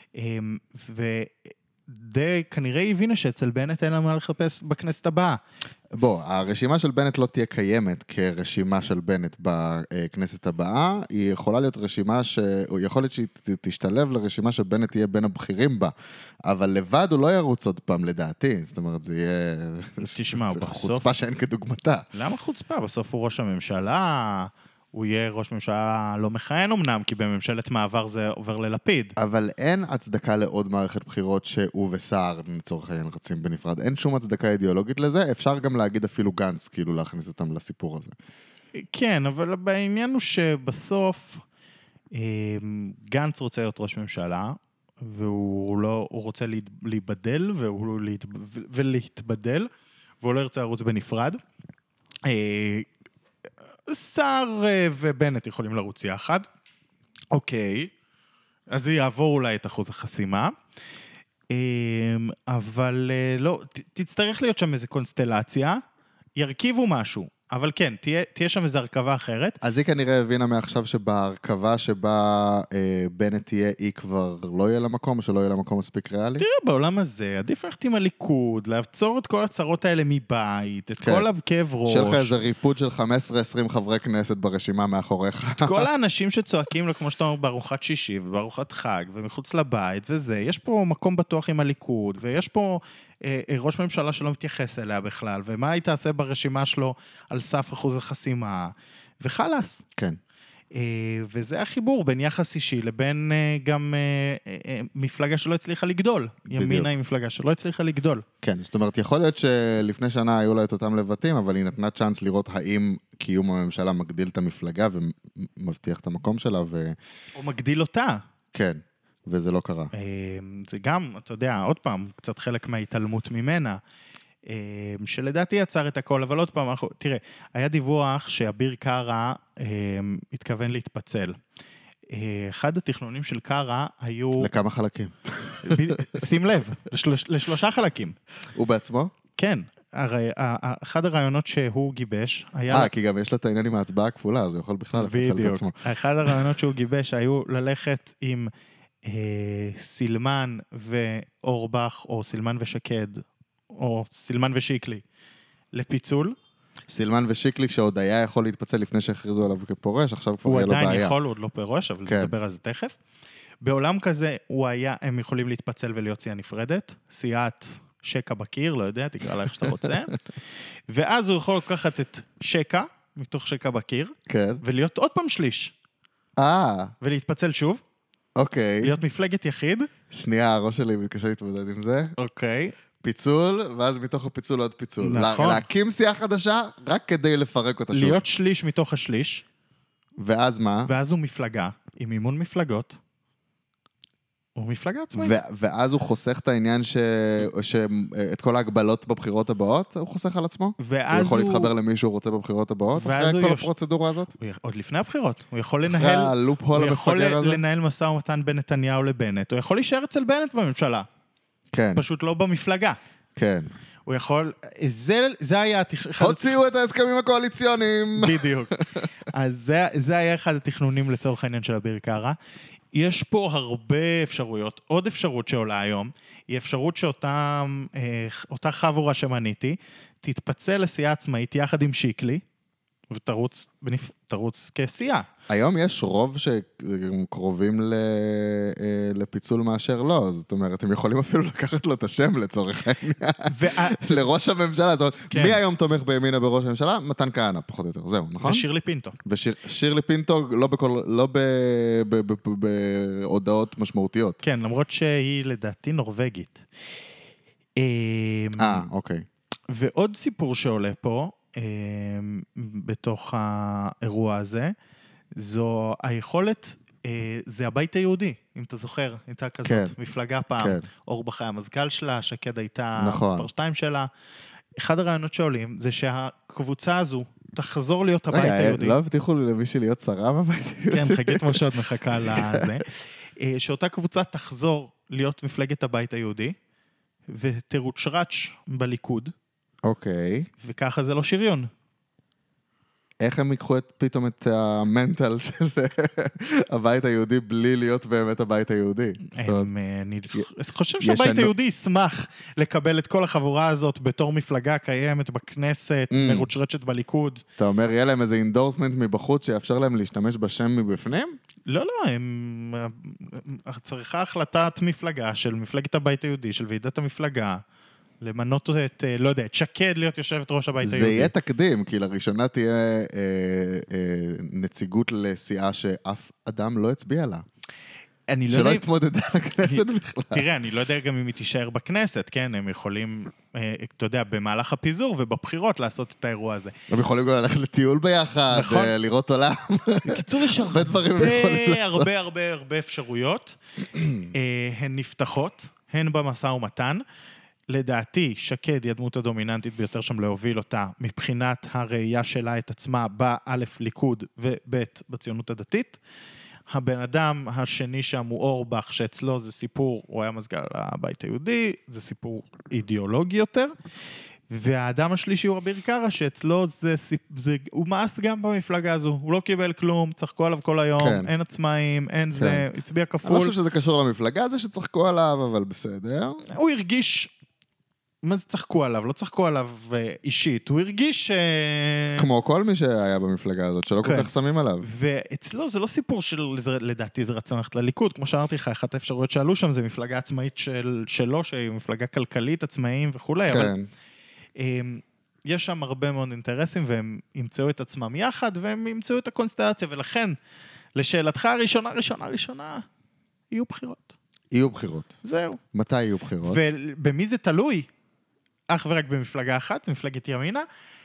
די כנראה היא הבינה שאצל בנט אין לה מה לחפש בכנסת הבאה. בוא, הרשימה של בנט לא תהיה קיימת כרשימה של בנט בכנסת הבאה, היא יכולה להיות רשימה יכול להיות שהיא תשתלב לרשימה שבנט תהיה בין הבכירים בה, אבל לבד הוא לא ירוץ עוד פעם לדעתי, זאת אומרת זה יהיה... תשמע, חוצפה שאין כדוגמתה. למה חוצפה? בסוף הוא ראש הממשלה... הוא יהיה ראש ממשלה לא מכהן אמנם, כי בממשלת מעבר זה עובר ללפיד. אבל אין הצדקה לעוד מערכת בחירות שהוא וסער, לצורך העניין, רצים בנפרד. אין שום הצדקה אידיאולוגית לזה, אפשר גם להגיד אפילו גנץ, כאילו להכניס אותם לסיפור הזה. כן, אבל בעניין הוא שבסוף גנץ רוצה להיות ראש ממשלה, והוא רוצה להיבדל ולהתבדל, והוא לא ירצה לרוץ בנפרד. סער ובנט יכולים לרוץ יחד. אוקיי. אז זה יעבור אולי את אחוז החסימה. אבל לא, תצטרך להיות שם איזו קונסטלציה. ירכיבו משהו. אבל כן, תהיה שם איזו הרכבה אחרת. אז היא כנראה הבינה מעכשיו שבהרכבה שבה בנט תהיה, היא כבר לא יהיה לה מקום, או שלא יהיה לה מקום מספיק ריאלי? תראה, בעולם הזה, עדיף ללכת עם הליכוד, לעצור את כל הצרות האלה מבית, את כל הכאב ראש. שלך איזה ריפוד של 15-20 חברי כנסת ברשימה מאחוריך. את כל האנשים שצועקים לו, כמו שאתה אומר, בארוחת שישי ובארוחת חג, ומחוץ לבית, וזה, יש פה מקום בטוח עם הליכוד, ויש פה... ראש ממשלה שלא מתייחס אליה בכלל, ומה היא תעשה ברשימה שלו על סף אחוז החסימה, וחלס. כן. וזה החיבור בין יחס אישי לבין גם מפלגה שלא הצליחה לגדול. ימינה היא מפלגה שלא הצליחה לגדול. כן, זאת אומרת, יכול להיות שלפני שנה היו לה את אותם לבטים, אבל היא נתנה צ'אנס לראות האם קיום הממשלה מגדיל את המפלגה ומבטיח את המקום שלה. או מגדיל אותה. כן. וזה לא קרה. זה גם, אתה יודע, עוד פעם, קצת חלק מההתעלמות ממנה, שלדעתי יצר את הכל, אבל עוד פעם, תראה, היה דיווח שאביר קארה התכוון להתפצל. אחד התכנונים של קארה היו... לכמה חלקים? שים לב, לשלושה חלקים. הוא בעצמו? כן. הרי אחד הרעיונות שהוא גיבש היה... כי גם יש לו את העניין עם ההצבעה הכפולה, אז הוא יכול בכלל לפצל את עצמו. אחד הרעיונות שהוא גיבש היו ללכת עם סילמן ואורבך, או סילמן ושקד, או סילמן ושיקלי, לפיצול. סילמן ושיקלי, שעוד היה יכול להתפצל לפני שהכריזו עליו כפורש, עכשיו כבר יהיה לו בעיה. הוא עדיין יכול, הוא עוד לא פורש, אבל נדבר על זה תכף. בעולם כזה, הם יכולים להתפצל ולהיות סיעה נפרדת, סיעת שקע בקיר, לא יודע, תקרא לה איך שאתה רוצה. ואז הוא יכול לקחת את שקע, מתוך שקע בקיר, כן. ולהיות עוד פעם שליש. ולהתפצל שוב. אוקיי. להיות מפלגת יחיד. שנייה, הראש שלי מתקשה להתמודד עם זה. אוקיי. פיצול, ואז מתוך הפיצול עוד פיצול. נכון. להקים סיעה חדשה, רק כדי לפרק אותה שוב. להיות שליש מתוך השליש. ואז מה? ואז הוא מפלגה, עם מימון מפלגות. הוא מפלגה עצמאית. ואז הוא חוסך את העניין את כל ההגבלות בבחירות הבאות, הוא חוסך על עצמו? הוא יכול להתחבר למי שהוא רוצה בבחירות הבאות, אחרי כל הפרוצדורה הזאת? עוד לפני הבחירות. הוא יכול לנהל משא ומתן בין נתניהו לבנט. הוא יכול להישאר אצל בנט בממשלה. כן. פשוט לא במפלגה. כן. הוא יכול, זה היה... הוציאו את ההסכמים הקואליציוניים. בדיוק. אז זה היה אחד התכנונים לצורך העניין של אביר קארה. יש פה הרבה אפשרויות. עוד אפשרות שעולה היום, היא אפשרות שאותה חבורה שמניתי, תתפצל לסיעה עצמאית יחד עם שיקלי, ותרוץ כסיעה. היום יש רוב שקרובים לפיצול מאשר לא, זאת אומרת, הם יכולים אפילו לקחת לו את השם לצורך העניין, לראש הממשלה, זאת אומרת, מי היום תומך בימינה בראש הממשלה? מתן כהנא, פחות או יותר, זהו, נכון? ושירלי פינטו. ושירלי פינטו לא בהודעות משמעותיות. כן, למרות שהיא לדעתי נורווגית. אוקיי. ועוד סיפור שעולה פה, בתוך האירוע הזה, זו היכולת, זה הבית היהודי, אם אתה זוכר, הייתה כזאת, כן, מפלגה פעם, כן. אורבך היה המזכ"ל שלה, שקד הייתה נכון. מספר 2 שלה. אחד הרעיונות שעולים זה שהקבוצה הזו תחזור להיות הבית היהודי. לא הבטיחו למישהי להיות שרה בבית היהודי? כן, חגית משה עוד מחכה לזה. שאותה קבוצה תחזור להיות מפלגת הבית היהודי, ותרוצ'רץ' בליכוד. אוקיי. וככה זה לא שריון. איך הם ייקחו פתאום את המנטל של הבית היהודי בלי להיות באמת הבית היהודי? אני חושב שהבית היהודי ישמח לקבל את כל החבורה הזאת בתור מפלגה קיימת בכנסת, מרוצ'רצ'ת בליכוד. אתה אומר, יהיה להם איזה אינדורסמנט מבחוץ שיאפשר להם להשתמש בשם מבפנים? לא, צריכה החלטת מפלגה של מפלגת הבית היהודי, של ועידת המפלגה, למנות את, לא יודע, את שקד להיות יושבת ראש הבית היהודי. זה יהיה תקדים, כי לראשונה תהיה נציגות לסיעה שאף אדם לא הצביע לה. שלא יתמודדה לכנסת בכלל. תראה, אני לא יודע גם אם היא תישאר בכנסת, כן? הם יכולים, אתה יודע, במהלך הפיזור ובבחירות לעשות את האירוע הזה. הם יכולים גם ללכת לטיול ביחד, לראות עולם. בקיצור, יש הרבה אפשרויות. הן נפתחות, הן במשא ומתן. לדעתי, שקד היא הדמות הדומיננטית ביותר שם להוביל אותה, מבחינת הראייה שלה את עצמה, באלף ליכוד ובית בציונות הדתית. הבן אדם השני שם הוא אורבך, שאצלו זה סיפור, הוא היה מזכ"ל הבית היהודי, זה סיפור אידיאולוגי יותר, והאדם השלישי הוא אביר קארה, שאצלו הוא מאס גם במפלגה הזו, הוא לא קיבל כלום, צחקו עליו כל היום, כן. אין עצמאים, אין כן. זה, הצביע כפול. אני לא חושב שזה קשור למפלגה הזו שצחקו עליו, אבל בסדר. הוא הרגיש... מה זה צחקו עליו? לא צחקו עליו אישית, הוא הרגיש... כמו כל מי שהיה במפלגה הזאת, שלא כל כך שמים עליו. ואצלו זה לא סיפור לדעתי זה רצון ללכת לליכוד, כמו שאמרתי לך, אחת האפשרויות שעלו שם זה מפלגה עצמאית שלו, שהיא מפלגה כלכלית, עצמאים וכולי, אבל יש שם הרבה מאוד אינטרסים, והם ימצאו את עצמם יחד, והם ימצאו את הקונסטלציה, ולכן, לשאלתך הראשונה, יהיו בחירות. יהיו בחירות. זהו. מתי יהיו בחירות? ובמי זה תלוי? אך ורק במפלגה אחת, מפלגת ימינה,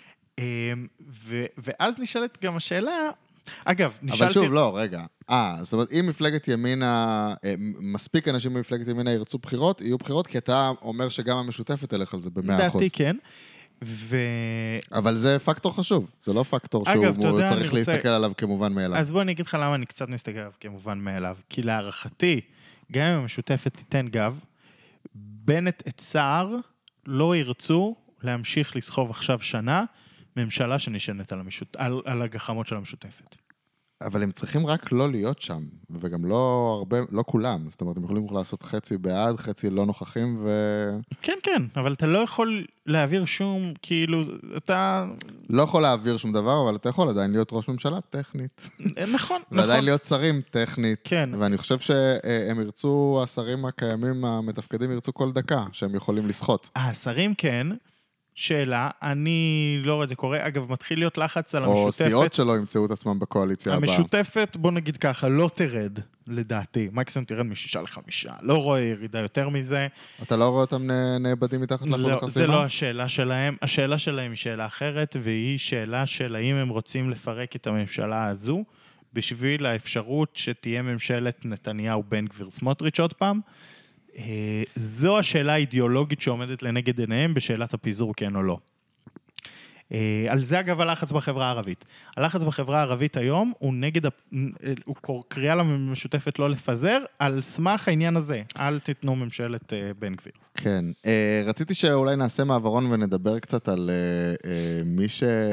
ואז נשאלת גם השאלה, אגב, נשאלתי... אבל שוב, לא, רגע. זאת אומרת, אם מפלגת ימינה, מספיק אנשים במפלגת ימינה ירצו בחירות, יהיו בחירות, כי אתה אומר שגם המשותפת תלך על זה ב100%. דעתי כן. אבל זה פקטור חשוב, זה לא פקטור שהוא צריך להסתכל עליו כמובן מאליו. אז בוא אני אגיד לך למה אני קצת מסתכל עליו כמובן מאליו, כי להערכתי, גם אם המשותפת תיתן גב, בנט את סער לא ירצו להמשיך לסחוב עכשיו שנה, ממשלה שנשענת על הגחמות של המשותפת. אבל הם צריכים רק לא להיות שם, וגם לא הרבה, לא כולם. זאת אומרת, הם יכולים לעשות חצי בעד, חצי לא נוכחים, כן, כן, אבל אתה לא יכול להעביר שום, כאילו, אתה... לא יכול להעביר שום דבר, אבל אתה יכול עדיין להיות ראש ממשלה טכנית. נכון, ועדיין נכון. להיות שרים טכנית. כן. ואני חושב שהם ירצו, השרים הקיימים, המתפקדים, ירצו כל דקה, שהם יכולים לשחות. השרים כן, שאלה, אני לא רואה את זה קורה, אגב, מתחיל להיות לחץ על או המשותפת. סיעות שלא ימצאו את עצמם בקואליציה הבאה. המשותפת, בוא נגיד ככה, לא תרד, לדעתי. מקסימום תרד מ6 ל5. לא רואה ירידה יותר מזה. אתה לא רואה אותם נאבדים מתחת לאחוז החסימה? זה לא השאלה שלהם. השאלה שלהם היא שאלה אחרת, והיא שאלה של האם הם רוצים לפרק את הממשלה הזו, בשביל האפשרות שתהיה ממשלת נתניהו בן גביר סמוטריץ' עוד פעם. זו השאלה האידיאולוגית שעומדת לנגד עיניהם בשאלת הפיזור כן או לא. על זה אגב הלחץ בחברה הערבית. הלחץ בחברה הערבית היום הוא נגד, הוא קריאה למשותפת לא לפזר, על סמך העניין הזה, אל תיתנו ממשלת בן גביר. כן, רציתי שאולי נעשה מעברון ונדבר קצת על מי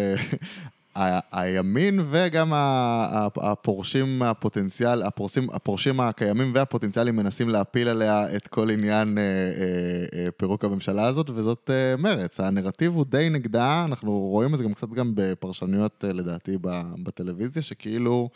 הימין וגם הפורשים הפוטנציאל, הפורשים הקיימים והפוטנציאלים מנסים להפיל עליה את כל עניין פירוק הממשלה הזאת, וזאת מרץ. הנרטיב הוא די נגדה, אנחנו רואים את זה גם קצת גם בפרשנויות לדעתי בטלוויזיה, שכאילו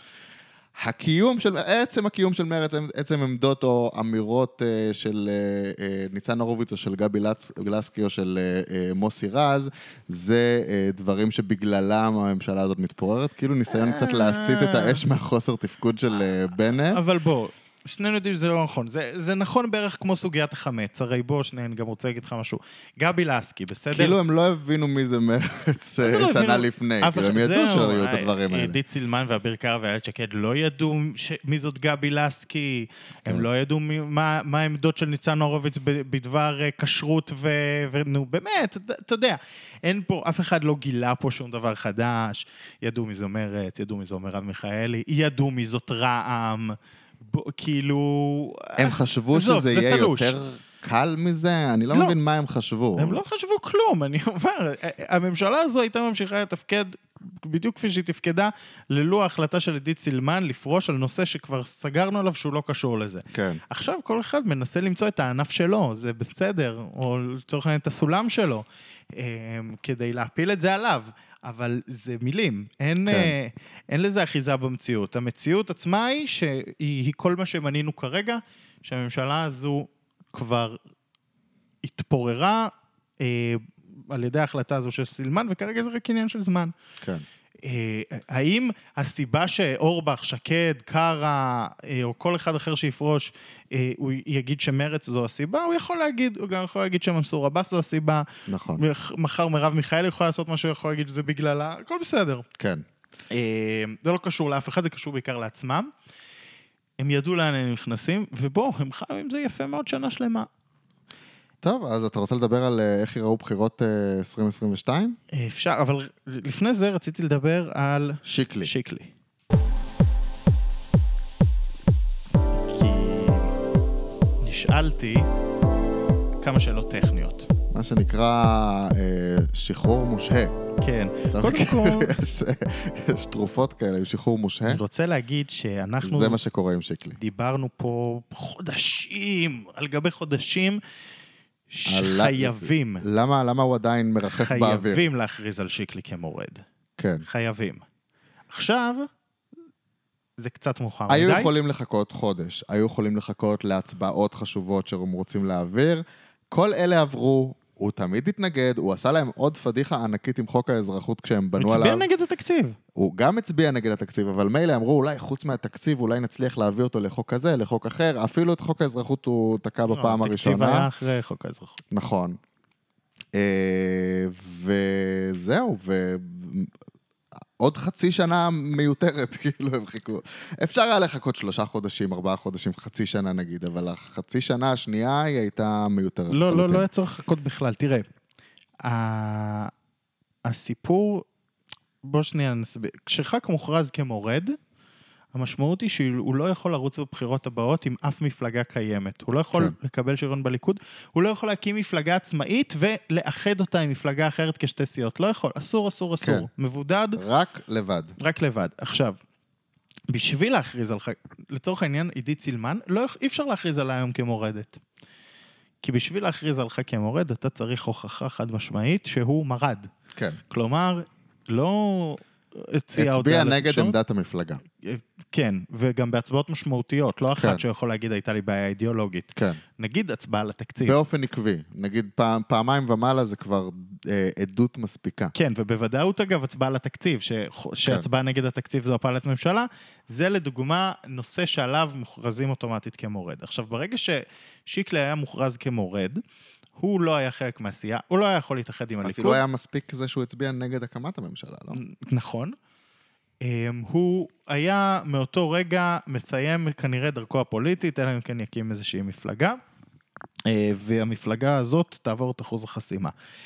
עצם הקיום של מרץ, עצם עמדות או אמירות של ניצן הורוביץ או של גבי לסקי או של מוסי רז, זה דברים שבגללם הממשלה הזאת מתפוררת, כאילו ניסיון קצת להסיט את האש מהחוסר תפקוד של בנט. אבל בוא, שנינו יודעים שזה לא נכון. זה נכון בערך כמו סוגיית החמץ. הרי בוא, שנינו גם רוצה להגיד לך משהו. גבי לסקי, בסדר? כאילו הם לא הבינו מי זה מרץ שנה לפני. כאילו הם ידעו שהיו את הדברים האלה. עידית סילמן ואביר קארה ואיילת שקד לא ידעו מי זאת גבי לסקי. הם לא ידעו מה העמדות של ניצן הורוביץ בדבר כשרות ונו, באמת, אתה יודע. אין פה, אף אחד לא גילה פה שום דבר חדש. ידעו מי זו מרץ, ידעו מי זו מרב מיכאלי, ידעו מי זאת רע"מ. כאילו... הם חשבו שזה יהיה יותר קל מזה? אני לא מבין מה הם חשבו. הם לא חשבו כלום, אני אומר. הממשלה הזו הייתה ממשיכה לתפקד, בדיוק כפי שהיא תפקדה, ללא ההחלטה של עידית סילמן לפרוש על נושא שכבר סגרנו עליו שהוא לא קשור לזה. כן. עכשיו כל אחד מנסה למצוא את הענף שלו, זה בסדר, או לצורך העניין את הסולם שלו, כדי להפיל את זה עליו. אבל זה מילים, אין לזה אחיזה במציאות. המציאות עצמה היא שהיא כל מה שמנינו כרגע, שהממשלה הזו כבר התפוררה על ידי ההחלטה הזו של סילמן, וכרגע זה רק עניין של זמן. כן. האם הסיבה שאורבך, שקד, קארה, או כל אחד אחר שיפרוש, הוא יגיד שמרץ זו הסיבה? הוא יכול להגיד, הוא גם יכול להגיד שמנסור עבאס זו הסיבה. נכון. מחר מרב מיכאלי יכול לעשות משהו, יכול להגיד שזה בגללה, הכל בסדר. כן. זה לא קשור לאף אחד, זה קשור בעיקר לעצמם. הם ידעו לאן הם נכנסים, ובואו, הם חיו עם זה יפה מאוד שנה שלמה. טוב, אז אתה רוצה לדבר על איך יראו בחירות 2022? אפשר, אבל לפני זה רציתי לדבר על... שיקלי. שיקלי. כי נשאלתי כמה שאלות טכניות. מה שנקרא שחרור מושהה. כן. קודם כל... יש תרופות כאלה עם שחרור מושהה. אני רוצה להגיד שאנחנו... זה מה שקורה עם שיקלי. דיברנו פה חודשים, על גבי חודשים, שחייבים. למה הוא עדיין מרחף באוויר? חייבים להכריז על שיקלי כמורד. כן. חייבים. עכשיו, זה קצת מאוחר מדי. היו יכולים לחכות חודש, היו יכולים לחכות להצבעות חשובות שהם רוצים להעביר. כל אלה עברו, הוא תמיד התנגד, הוא עשה להם עוד פדיחה ענקית עם חוק האזרחות כשהם בנו עליו. הוא הצביע נגד התקציב. הוא גם הצביע נגד התקציב, אבל מילא אמרו, אולי חוץ מהתקציב, אולי נצליח להביא אותו לחוק כזה, לחוק אחר, אפילו את חוק האזרחות הוא תקע בפעם הראשונה. התקציב היה אחרי חוק האזרחות. נכון. וזהו, עוד חצי שנה מיותרת, כאילו הם חיכו. אפשר היה לחכות 3 חודשים, 4 חודשים, חצי שנה נגיד, אבל החצי שנה השנייה היא הייתה מיותרת. לא היה צריך לחכות בכלל. תראה, הסיפור, בוא שנייה נסביר, כשח"כ מוכרז כמורד, המשמעות היא שהוא לא יכול לרוץ בבחירות הבאות עם אף מפלגה קיימת. הוא לא יכול לקבל שריון בליכוד, הוא לא יכול להקים מפלגה עצמאית ולאחד אותה עם מפלגה אחרת כשתי סיעות. לא יכול, אסור. מבודד. רק לבד. רק לבד. עכשיו, בשביל להכריז על לצורך העניין, עידית סילמן, אי אפשר להכריז עליה היום כמורדת. כי בשביל להכריז עליך כמורד, אתה צריך הוכחה חד משמעית שהוא מרד. כן. כלומר, לא הצביע נגד עמדת המפלגה. כן, וגם בהצבעות משמעותיות, לא אחת שיכול להגיד, הייתה לי בעיה אידיאולוגית. כן. נגיד הצבעה לתקציב. באופן עקבי. נגיד פעמיים ומעלה זה כבר עדות מספיקה. כן, ובוודאות אגב הצבעה לתקציב, שהצבעה נגד התקציב זו הפלת ממשלה, זה לדוגמה נושא שעליו מוכרזים אוטומטית כמורד. עכשיו, ברגע ששיקלי היה מוכרז כמורד, הוא לא היה חלק מהסיעה, הוא לא היה יכול להתאחד עם הליכוד. אפילו היה מספיק זה שהוא הצביע נגד הקמת הממשלה, לא? נכון. הוא היה מאותו רגע מסיים כנראה דרכו הפוליטית, אלא אם כן יקים איזושהי מפלגה, והמפלגה הזאת תעבור את אחוז החסימה.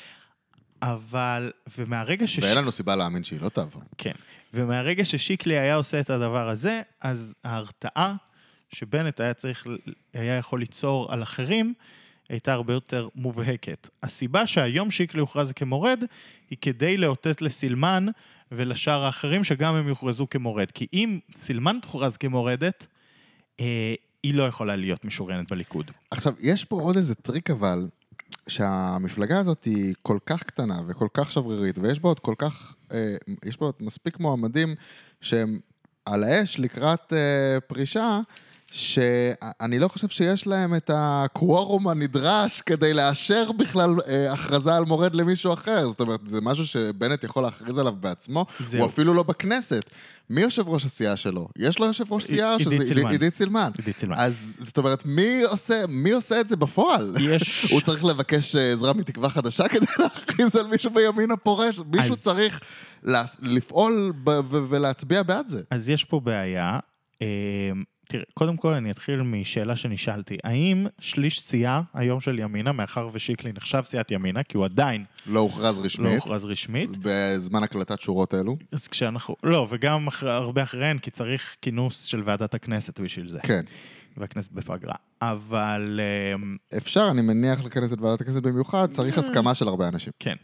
אבל, ומהרגע ואין לנו סיבה להאמין שהיא לא תעבור. כן. ומהרגע ששיקלי היה עושה את הדבר הזה, אז ההרתעה שבנט היה יכול ליצור על אחרים, הייתה הרבה יותר מובהקת. הסיבה שהיום שיקלי הוכרז כמורד, היא כדי לאותת לסילמן ולשאר האחרים שגם הם יוכרזו כמורד. כי אם סילמן תוכרז כמורדת, היא לא יכולה להיות משוריינת בליכוד. עכשיו, יש פה עוד איזה טריק אבל, שהמפלגה הזאת היא כל כך קטנה וכל כך שברירית, ויש בה עוד כל כך, יש בה עוד מספיק מועמדים שהם על האש לקראת פרישה, שאני לא חושב שיש להם את הקוורום הנדרש כדי לאשר בכלל הכרזה על מורד למישהו אחר. זאת אומרת, זה משהו שבנט יכול להכריז עליו בעצמו, הוא אפילו לא בכנסת. מי יושב ראש הסיעה שלו? יש לו יושב ראש סיעה? עידית סילמן. אז זאת אומרת, מי עושה את זה בפועל? הוא צריך לבקש עזרה מתקווה חדשה כדי להכריז על מישהו בימין הפורש? מישהו צריך לפעול ולהצביע בעד זה. אז יש פה בעיה. תראה, קודם כל אני אתחיל משאלה שנשאלתי, האם שליש סיעה היום של ימינה, מאחר ושיקלי נחשב סיעת ימינה, כי הוא עדיין לא הוכרז רשמית. בזמן הקלטת שורות האלו. אז כשאנחנו, לא, וגם הרבה אחריהן, כי צריך כינוס של ועדת הכנסת בשביל זה. כן. והכנסת בפגרה. אבל אפשר, אני מניח לכנס את ועדת הכנסת במיוחד, צריך הסכמה של הרבה אנשים. כן.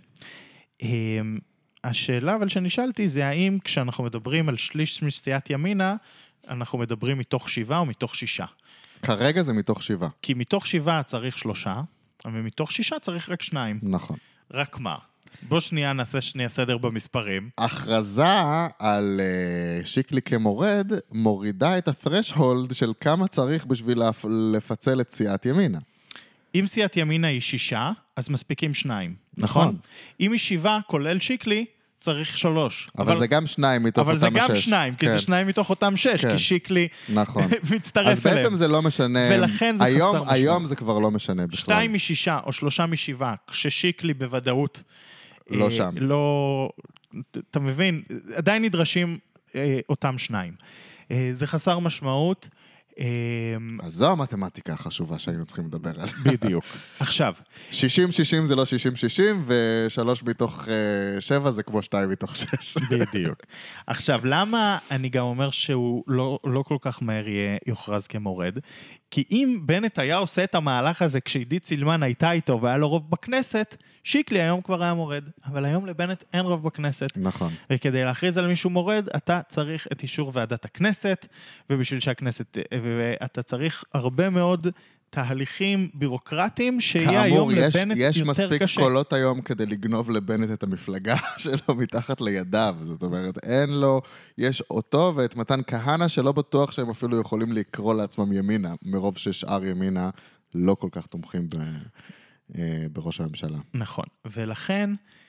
השאלה אבל שנשאלתי זה האם כשאנחנו מדברים על שליש מסיעת ימינה, אנחנו מדברים מתוך 7 או מתוך 6. כרגע זה מתוך 7. כי מתוך 7 צריך 3, ומתוך 6 צריך רק 2. נכון. רק מה? בוא שנייה נעשה סדר במספרים. הכרזה על שיקלי כמורד מורידה את ה-threshold של כמה צריך בשביל לפצל את סיעת ימינה. אם סיעת ימינה היא 6, אז מספיקים 2. נכון? אם היא 7, כולל שיקלי, צריך 3. אבל זה גם 2 מתוך אותם 6. אבל זה גם 2, כי זה 2 מתוך אותם 6, כי שיקלי מצטרף אליהם. אז בעצם זה לא משנה. ולכן זה חסר משמעות. היום זה כבר לא משנה בכלל. 2 מ-6 או 3 מ-7, כששיקלי בוודאות לא שם. אתה מבין, עדיין נדרשים אותם 2. זה חסר משמעות. אז זו המתמטיקה החשובה שהיינו צריכים לדבר עליה. בדיוק. עכשיו. 60-60 זה לא 60-60, ו3 מתוך 7 זה כמו 2 מתוך 6. בדיוק. עכשיו, למה אני גם אומר שהוא לא כל כך מהר יוכרז כמורד? כי אם בנט היה עושה את המהלך הזה כשעידית סילמן הייתה איתו והיה לו רוב בכנסת, שיקלי היום כבר היה מורד, אבל היום לבנט אין רוב בכנסת. נכון. וכדי להכריז על מישהו מורד, אתה צריך את אישור ועדת הכנסת, ובשביל שהכנסת, ואתה צריך הרבה מאוד תהליכים בירוקרטיים, שיהיה היום לבנט יותר קשה. יש מספיק קולות היום כדי לגנוב לבנט את המפלגה שלו מתחת לידיו, זאת אומרת, אין לו, יש אותו ואת מתן כהנא שלא בטוח שהם אפילו יכולים לקרוא לעצמם ימינה, מרוב ששאר ימינה לא כל כך תומכים בראש הממשלה. נכון, ולכן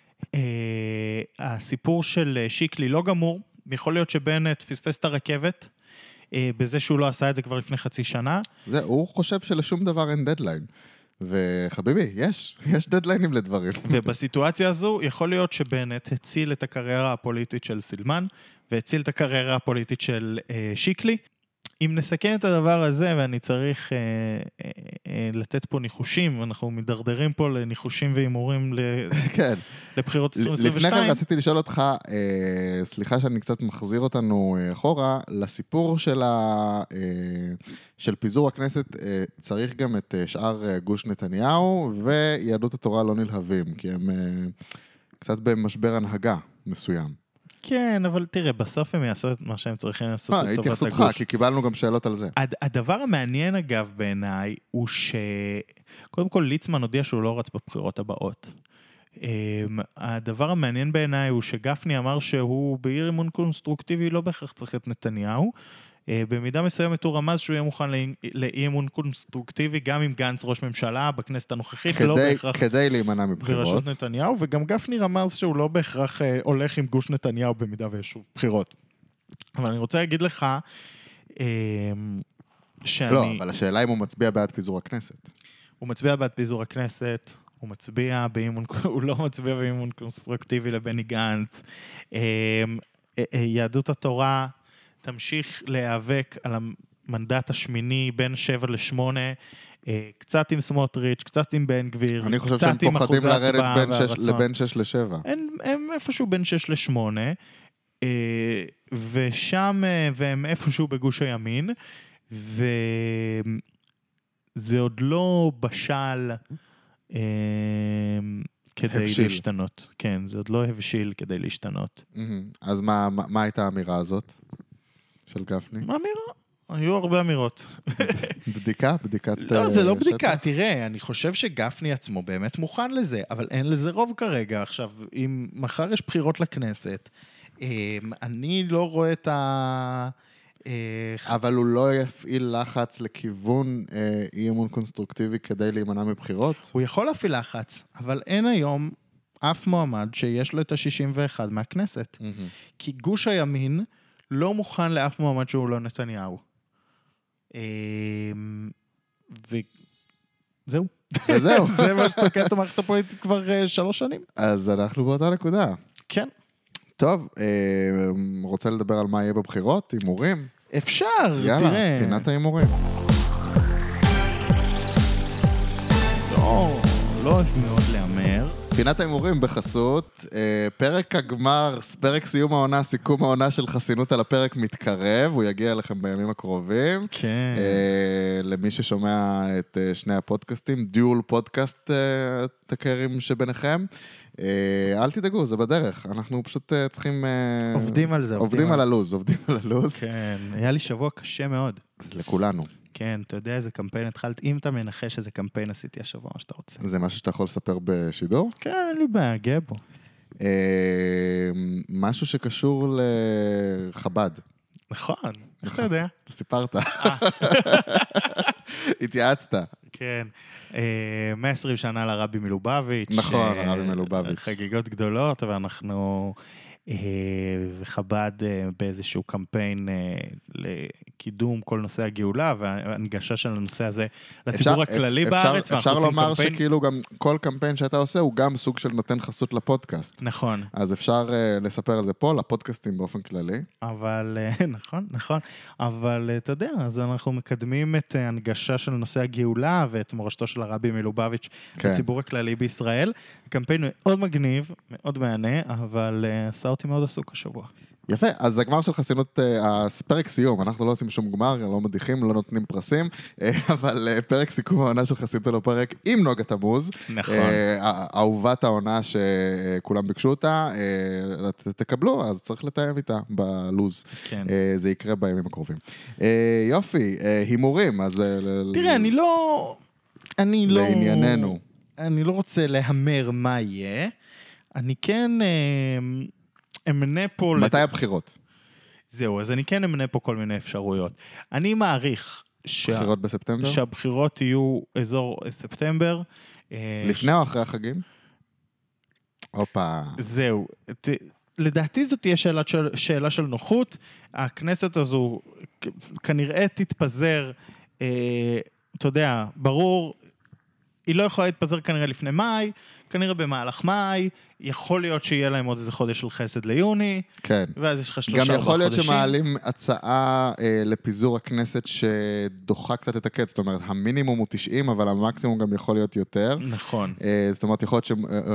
הסיפור של שיקלי לא גמור, יכול להיות שבנט פספס את הרכבת, בזה שהוא לא עשה את זה כבר לפני חצי שנה. הוא חושב שלשום דבר אין דדליין. וחביבי, יש דדליינים לדברים. ובסיטואציה הזו, יכול להיות שבנט הציל את הקריירה הפוליטית של סילמן, והציל את הקריירה הפוליטית של שיקלי. אם נסכם את הדבר הזה, ואני צריך לתת פה ניחושים, אנחנו מדרדרים פה לניחושים ואימורים לבחירות 2022. לפני כן רציתי לשאול אותך, סליחה שאני קצת מחזיר אותנו אחורה, לסיפור של פיזור הכנסת, צריך גם את שאר גוש נתניהו, ויהדות התורה לא נלהבים, כי הם קצת במשבר הנהגה מסוים. כן, אבל תראה, בסוף הם יעשו את מה שהם צריכים לעשות לטובת הגוש. התייחסותך, כי קיבלנו גם שאלות על זה. הדבר המעניין, אגב, בעיניי, הוא קודם כל, ליצמן הודיע שהוא לא רץ בבחירות הבאות. הדבר המעניין בעיניי הוא שגפני אמר שהוא באי אמון קונסטרוקטיבי לא בהכרח צריך את נתניהו. במידה מסוימת הוא רמז שהוא יהיה מוכן לאי אמון קונסטרוקטיבי גם עם גנץ ראש ממשלה בכנסת הנוכחית, לא בהכרח כדי להימנע מבחירות. בראשות נתניהו, וגם גפני רמז שהוא לא בהכרח הולך עם גוש נתניהו במידה ויש שוב בחירות. אבל אני רוצה להגיד לך לא, אבל השאלה אם הוא מצביע בעד פיזור הכנסת. הוא מצביע בעד פיזור הכנסת, הוא מצביע באימון, הוא לא מצביע באימון קונסטרוקטיבי לבני גנץ. יהדות התורה תמשיך להיאבק על המנדט השמיני בין 7 ל-8, קצת עם סמוטריץ', קצת עם בן גביר, אני חושב שהם פוחדים לרדת בין 6 ל-7. הם איפשהו בין 6 ל-8, ושם, והם איפשהו בגוש הימין, וזה עוד לא בשל כדי להשתנות. כן, זה עוד לא הבשיל כדי להשתנות. אז מה הייתה האמירה הזאת של גפני? מה אמירה? היו הרבה אמירות. בדיקת... לא, זה לא בדיקה. תראה, אני חושב שגפני עצמו באמת מוכן לזה, אבל אין לזה רוב כרגע. עכשיו, אם מחר יש בחירות לכנסת, אני לא רואה את ה... אבל הוא לא יפעיל לחץ לכיוון אי אמון קונסטרוקטיבי כדי להימנע מבחירות? הוא יכול להפעיל לחץ, אבל אין היום אף מועמד שיש לו את ה-61 מהכנסת. כי גוש הימין לא מוכן לאף מועמד שהוא לא נתניהו. וזהו. וזהו. זה מה שתוקע את המערכת הפוליטית כבר 3 שנים. אז אנחנו באותה נקודה. כן. טוב, רוצה לדבר על מה יהיה בבחירות? הימורים? אפשר, תראה. יאללה, פינת ההימורים. לא אוהב מאוד להמר. פינת ההימורים בחסות, פרק הגמר, פרק סיום העונה, סיכום העונה של חסינות על הפרק מתקרב, הוא יגיע לכם בימים הקרובים. כן. למי ששומע את שני הפודקאסטים, דיול פודקאסט תקרים שביניכם. אל תדאגו, זה בדרך, אנחנו פשוט צריכים... עובדים על זה. עובדים על הלוז. כן, היה לי שבוע קשה מאוד. אז לכולנו. כן, אתה יודע איזה קמפיין התחלת, אם אתה מנחש איזה קמפיין עשיתי השבוע, מה שאתה רוצה. זה משהו שאתה יכול לספר בשידור? כן, אין לי בעיה, גאה בו. משהו שקשור לחב"ד. נכון, איך אתה יודע? סיפרת. התייעצת. כן. 120 שנה לרבי מלובביץ'. נכון, הרבי מלובביץ'. חגיגות גדולות, ואנחנו וחב"ד באיזשהו קמפיין לקידום כל נושא הגאולה, וההנגשה של הנושא הזה לציבור הכללי בארץ. אפשר לומר שכאילו גם כל קמפיין שאתה עושה, הוא גם סוג של נותן חסות לפודקאסט. נכון. אז אפשר לספר על זה פה, לפודקאסטים באופן כללי. אבל, נכון. אבל אתה יודע, אז אנחנו מקדמים את ההנגשה של נושא הגאולה, ואת מורשתו של הרבי מלובביץ' לציבור הכללי בישראל. קמפיין מאוד מגניב, מאוד מענה, אבל עשה אותי מאוד עסוק השבוע. יפה, אז הגמר של חסינות, פרק סיום, אנחנו לא עושים שום גמר, לא מדיחים, לא נותנים פרסים, אבל פרק סיכום העונה של חסינות על הפרק עם נוגה תמוז. נכון. אהובת העונה שכולם ביקשו אותה, תקבלו, אז צריך לתאם איתה בלוז. כן. זה יקרה בימים הקרובים. יופי, הימורים, אז... תראה, אני לא... לענייננו. אני לא רוצה להמר מה יהיה. אני כן אמנה פה... מתי הבחירות? זהו, אז אני כן אמנה פה כל מיני אפשרויות. אני מעריך בחירות בספטמבר? שהבחירות יהיו אזור ספטמבר. לפני או אחרי החגים? הופה. זהו. לדעתי זאת תהיה שאלה של נוחות. הכנסת הזו כנראה תתפזר, אתה יודע, ברור, היא לא יכולה להתפזר כנראה לפני מאי, כנראה במהלך מאי, יכול להיות שיהיה להם עוד איזה חודש של חסד ליוני, כן. ואז יש לך 3-4 חודשים. גם יכול להיות שמעלים הצעה לפיזור הכנסת שדוחה קצת את הקץ, זאת אומרת, המינימום הוא 90, אבל המקסימום גם יכול להיות יותר. נכון. זאת אומרת, יכול להיות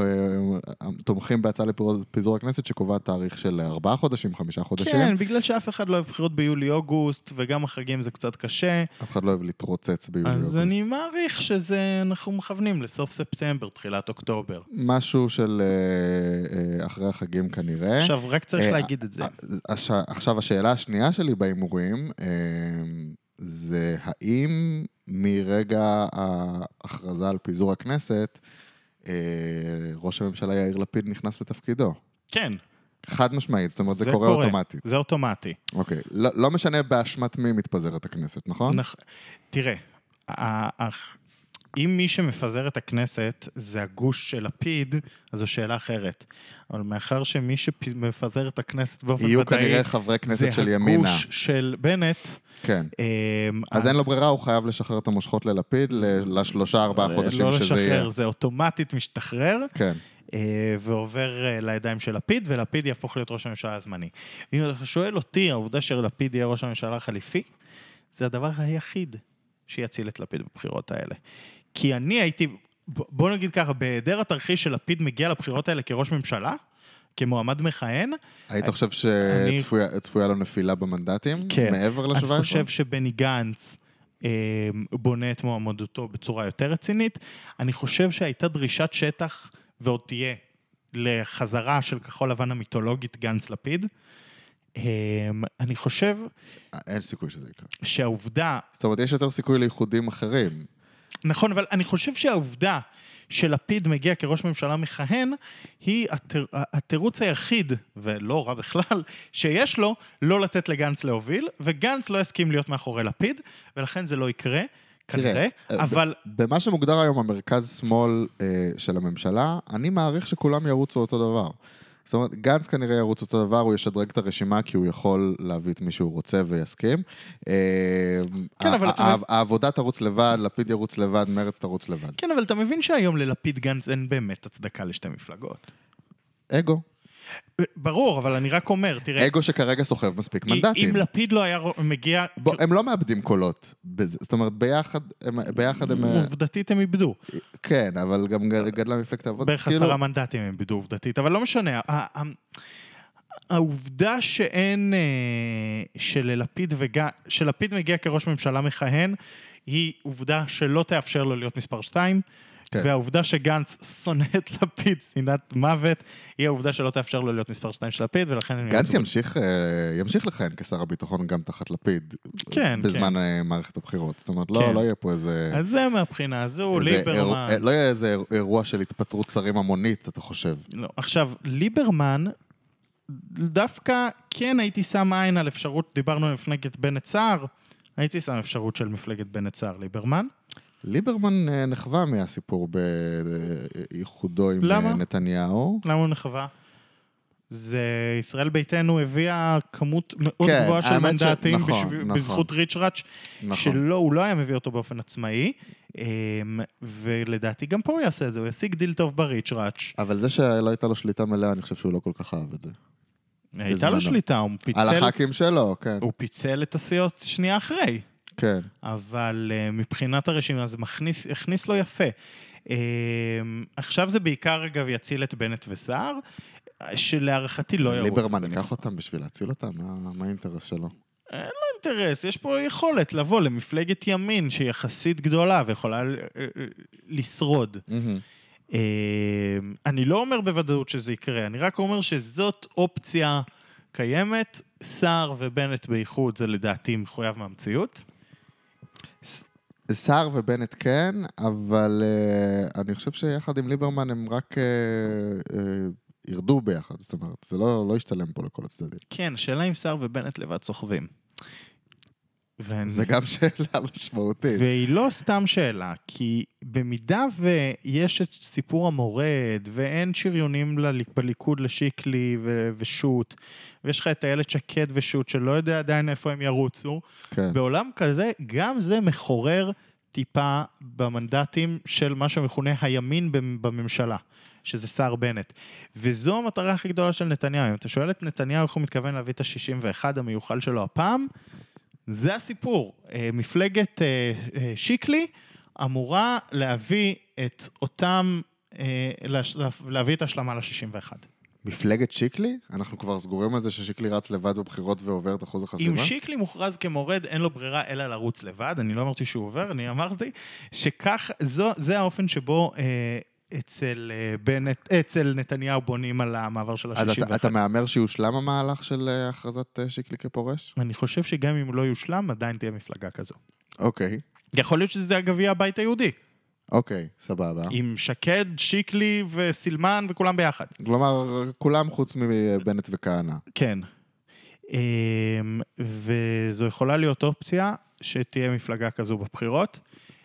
שתומכים בהצעה לפיזור הכנסת שקובעת תאריך של 4 חודשים, 5 חודשים. כן, בגלל שאף אחד לא אוהב בחירות ביולי-אוגוסט, וגם החגים זה קצת קשה. אף אחד לא אוהב להתרוצץ ביולי-אוגוסט. אז אני מעריך שזה, אנחנו מכוונים לסוף ספטמבר, תחילת אוקטובר. משהו של אחרי החגים כנראה. עכשיו, רק צריך להגיד את זה. עכשיו, השאלה השנייה שלי בהימורים, זה האם מרגע ההכרזה על פיזור הכנסת, ראש הממשלה יאיר לפיד נכנס לתפקידו? כן. חד משמעית, זאת אומרת, זה קורה אוטומטית. זה אוטומטי. אוקיי, לא משנה באשמת מי מתפזרת הכנסת, נכון? תראה, אם מי שמפזר את הכנסת זה הגוש של לפיד, אז זו שאלה אחרת. אבל מאחר שמי שמפזר את הכנסת באופן ודאי, יהיו כנראה חברי כנסת של ימינה. זה הגוש של בנט. כן. אז אין לו ברירה, הוא חייב לשחרר את המושכות ללפיד, ל3-4 חודשים שזה יהיה. לא לשחרר, זה אוטומטית משתחרר. כן. ועובר לידיים של לפיד, ולפיד יהפוך להיות ראש הממשלה הזמני. ואם אתה שואל אותי, העובדה שלפיד יהיה ראש הממשלה החליפי, זה הדבר היחיד שיציל את לפיד בבחירות האלה. כי אני הייתי, בוא נגיד ככה, בהיעדר התרחיש של לפיד מגיע לבחירות האלה כראש ממשלה, כמועמד מכהן. היית חושב שצפויה לו נפילה במנדטים? כן. מעבר ל-17? אני חושב שבני גנץ בונה את מועמדותו בצורה יותר רצינית. אני חושב שהייתה דרישת שטח, ועוד תהיה, לחזרה של כחול לבן המיתולוגית גנץ לפיד. אני חושב... אין סיכוי שזה יקרה. שהעובדה... זאת אומרת, יש יותר סיכוי לייחודים אחרים. נכון, אבל אני חושב שהעובדה שלפיד מגיע כראש ממשלה מכהן, היא התירוץ היחיד, ולא רע בכלל, שיש לו לא לתת לגנץ להוביל, וגנץ לא יסכים להיות מאחורי לפיד, ולכן זה לא יקרה, כנראה, אבל... במה שמוגדר היום המרכז שמאל של הממשלה, אני מעריך שכולם ירוצו אותו דבר. זאת אומרת, גנץ כנראה ירוץ אותו דבר, הוא ישדרג את הרשימה, כי הוא יכול להביא את מי שהוא רוצה ויסכים. כן, אבל העבודה תרוץ לבד, לפיד ירוץ לבד, מרץ תרוץ לבד. כן, אבל אתה מבין שהיום ללפיד גנץ אין באמת הצדקה לשתי מפלגות. אגו. ברור, אבל אני רק אומר, תראה... אגו שכרגע סוחב מספיק מנדטים. אם לפיד לא היה מגיע... הם לא מאבדים קולות. זאת אומרת, ביחד הם... עובדתית הם איבדו. כן, אבל גם גדלה מפלגת העבודה. בערך 10 מנדטים הם איבדו עובדתית, אבל לא משנה. העובדה שאין... שלפיד מגיע כראש ממשלה מכהן, היא עובדה שלא תאפשר לו להיות מספר 2, כן. והעובדה שגנץ שונא את לפיד, שנאת מוות, היא העובדה שלא תאפשר לו להיות מספר 2 של לפיד, ולכן... גנץ ימשיך לכהן כשר הביטחון גם תחת לפיד, כן, בזמן כן. מערכת הבחירות. זאת אומרת, כן. לא יהיה פה איזה... אז זה מהבחינה הזו, ליברמן... לא יהיה איזה אירוע של התפטרות שרים המונית, אתה חושב? לא, עכשיו, ליברמן, דווקא כן הייתי שם עין על אפשרות, דיברנו על מפלגת בנט סער, הייתי שם אפשרות של מפלגת בנט סער ליברמן. ליברמן נחווה מהסיפור בייחודו עם נתניהו. למה הוא נחווה? זה ישראל ביתנו הביאה כמות מאוד גבוהה של מנדטים בזכות ריצ'ראץ', שהוא לא היה מביא אותו באופן עצמאי, ולדעתי גם פה הוא יעשה את זה, הוא ישיג דיל טוב בריצ'ראץ'. אבל זה שלא הייתה לו שליטה מלאה, אני חושב שהוא לא כל כך אהב את זה. הייתה לו שליטה, הוא פיצל... על הח"כים שלו, כן. הוא פיצל את הסיעות שנייה אחרי. כן. אבל מבחינת הרשימה זה הכניס לו יפה. עכשיו זה בעיקר אגב יציל את בנט וסער, שלהערכתי לא ירוץ. ליברמן ייקח אותם בשביל להציל אותם? מה האינטרס שלו? אין לו אינטרס, יש פה יכולת לבוא למפלגת ימין שהיא יחסית גדולה ויכולה לשרוד. אני לא אומר בוודאות שזה יקרה, אני רק אומר שזאת אופציה קיימת, סער ובנט בייחוד זה לדעתי מחויב מהמציאות. סער ובנט כן, אבל אני חושב שיחד עם ליברמן הם רק ירדו ביחד, זאת אומרת, זה לא ישתלם פה לכל הצדדים. כן, השאלה אם סער ובנט לבד סוחבים. זה גם שאלה משמעותית. והיא לא סתם שאלה, כי במידה ויש את סיפור המורד, ואין שריונים בליכוד לשיקלי ושוט, ויש לך את הילד שקד ושוט, שלא יודע עדיין איפה הם ירוצו, כן. בעולם כזה, גם זה מחורר טיפה במנדטים של מה שמכונה הימין בממשלה, שזה סער בנט. וזו המטרה הכי גדולה של נתניהו. אם אתה שואל את נתניהו איך הוא מתכוון להביא את ה-61 המיוחל שלו הפעם, זה הסיפור. מפלגת שיקלי אמורה להביא את אותם, להביא את השלמה ל-61. מפלגת שיקלי? אנחנו כבר סגורים על זה ששיקלי רץ לבד בבחירות ועובר את אחוז החסימה? אם שיקלי מוכרז כמורד, אין לו ברירה אלא לרוץ לבד. אני לא אמרתי שהוא עובר, אני אמרתי שכך, זה האופן שבו אצל נתניהו בונים על המעבר של ה-61. אז אתה מאמר שיושלם המהלך של הכרזת שיקלי כפורש? אני חושב שגם אם הוא לא יושלם, עדיין תהיה מפלגה כזו. אוקיי. יכול להיות שזה הגביע הבית היהודי. אוקיי, סבבה. עם שקד, שיקלי וסילמן וכולם ביחד. כלומר, כולם חוץ מבנט וכהנא. כן. וזו יכולה להיות אופציה שתהיה מפלגה כזו בבחירות.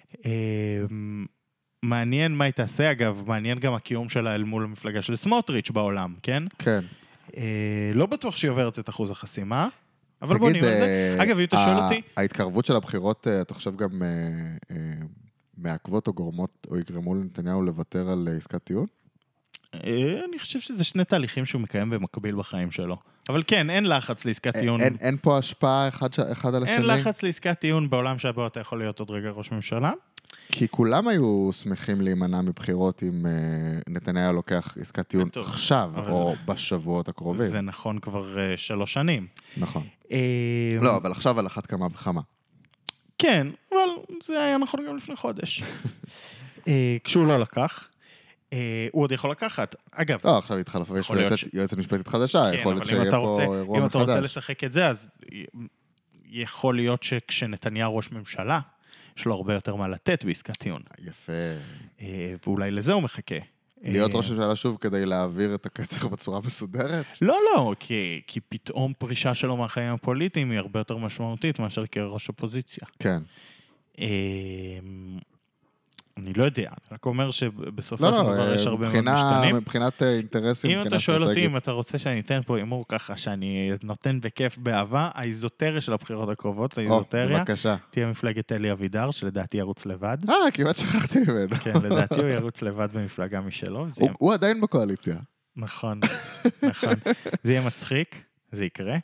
מעניין מה היא תעשה, אגב, מעניין גם הקיום שלה אל מול המפלגה של סמוטריץ' בעולם, כן? כן. לא בטוח שהיא עוברת את אחוז החסימה, אבל בונים על זה. אגב, אם אתה שואל אותי... ההתקרבות של הבחירות, אתה חושב גם מעכבות או גורמות, או יגרמו לנתניהו לוותר על עסקת טיעון? אני חושב שזה שני תהליכים שהוא מקיים במקביל בחיים שלו. אבל כן, אין לחץ לעסקת טיעון. אין פה השפעה אחד על השני? אין לחץ לעסקת טיעון בעולם שבו אתה יכול להיות עוד רגע ראש ממשלה. כי כולם היו שמחים להימנע מבחירות אם נתניהו לוקח עסקת טיעון עכשיו, או בשבועות הקרובים. זה נכון כבר 3 שנים. נכון. לא, אבל עכשיו על אחת כמה וכמה. כן, אבל זה היה נכון גם לפני חודש. כשהוא לא לקח. הוא עוד יכול לקחת. אגב... לא, עכשיו התחלף, ויש יועצת משפטית חדשה, יכול להיות שיהיה פה אירוע מחדש. אם אתה רוצה לשחק את זה, אז יכול להיות שכשנתניהו ראש ממשלה, יש לו הרבה יותר מה לתת בעסקת טיעון. יפה. ואולי לזה הוא מחכה. להיות ראש ממשלה שוב כדי להעביר את הקצר בצורה מסודרת? לא, כי פתאום פרישה שלו מהחיים הפוליטיים היא הרבה יותר משמעותית מאשר כראש אופוזיציה. כן. אני לא יודע, אני רק אומר שבסופו של דבר יש הרבה מאוד משתנים. מבחינת אינטרסים, אם אתה שואל אותי, אם אתה רוצה שאני אתן פה אימור ככה, שאני נותן בכיף באהבה, האיזוטריה של הבחירות הקרובות, האיזוטריה, תהיה מפלגת אלי אבידר, שלדעתי ירוץ לבד. כמעט שכחתי ממנו. כן, לדעתי הוא ירוץ לבד במפלגה משלו. הוא עדיין בקואליציה. נכון. זה יהיה מצחיק, זה יקרה.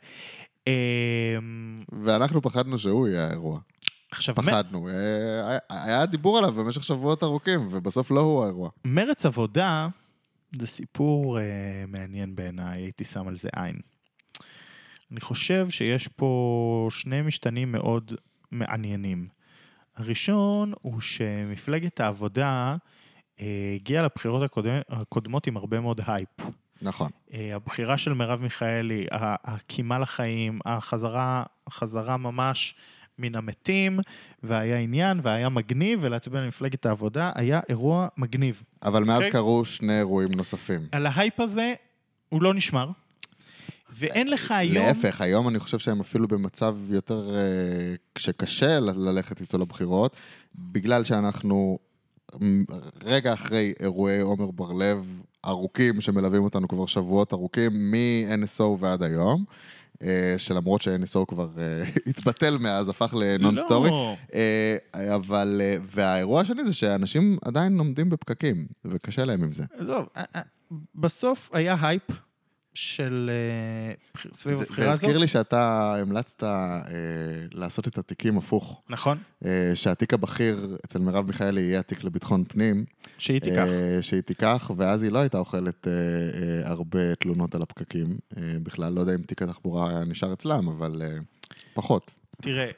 ואנחנו פחדנו שהוא יהיה האירוע. פחדנו, היה דיבור עליו במשך שבועות ארוכים, ובסוף לא הוא האירוע. מרץ עבודה זה סיפור מעניין בעיניי, הייתי שם על זה עין. אני חושב שיש פה 2 משתנים מאוד מעניינים. הראשון הוא שמפלגת העבודה הגיעה לבחירות הקודמות עם הרבה מאוד הייפ. נכון. הבחירה של מרב מיכאלי, הקימה לחיים, החזרה ממש מן המתים, והיה עניין, והיה מגניב, ולהצביע למפלגת העבודה, היה אירוע מגניב. אבל מאז קרו 2 אירועים נוספים. על ההייפ הזה, הוא לא נשמר. ואין לך היום... להפך, היום אני חושב שהם אפילו במצב יותר שקשה ללכת איתו לבחירות, בגלל שאנחנו רגע אחרי אירועי עומר בר-לב ארוכים, שמלווים אותנו כבר שבועות ארוכים, מ-NSO ועד היום, שלמרות ש-NSO כבר התבטל מאז, הפך לנון סטורי. אבל, והאירוע השני זה שאנשים עדיין עומדים בפקקים, וקשה להם עם זה. טוב, בסוף היה הייפ של סביב הבחירה הזאת. זה הזכיר לי שאתה המלצת לעשות את התיקים הפוך. נכון. שהתיק הבכיר אצל מרב מיכאלי יהיה התיק לביטחון פנים. שהיא תיקח. שהיא תיקח, ואז היא לא הייתה אוכלת הרבה תלונות על הפקקים. בכלל, לא יודע אם תיק התחבורה היה נשאר אצלם, אבל פחות. תראה,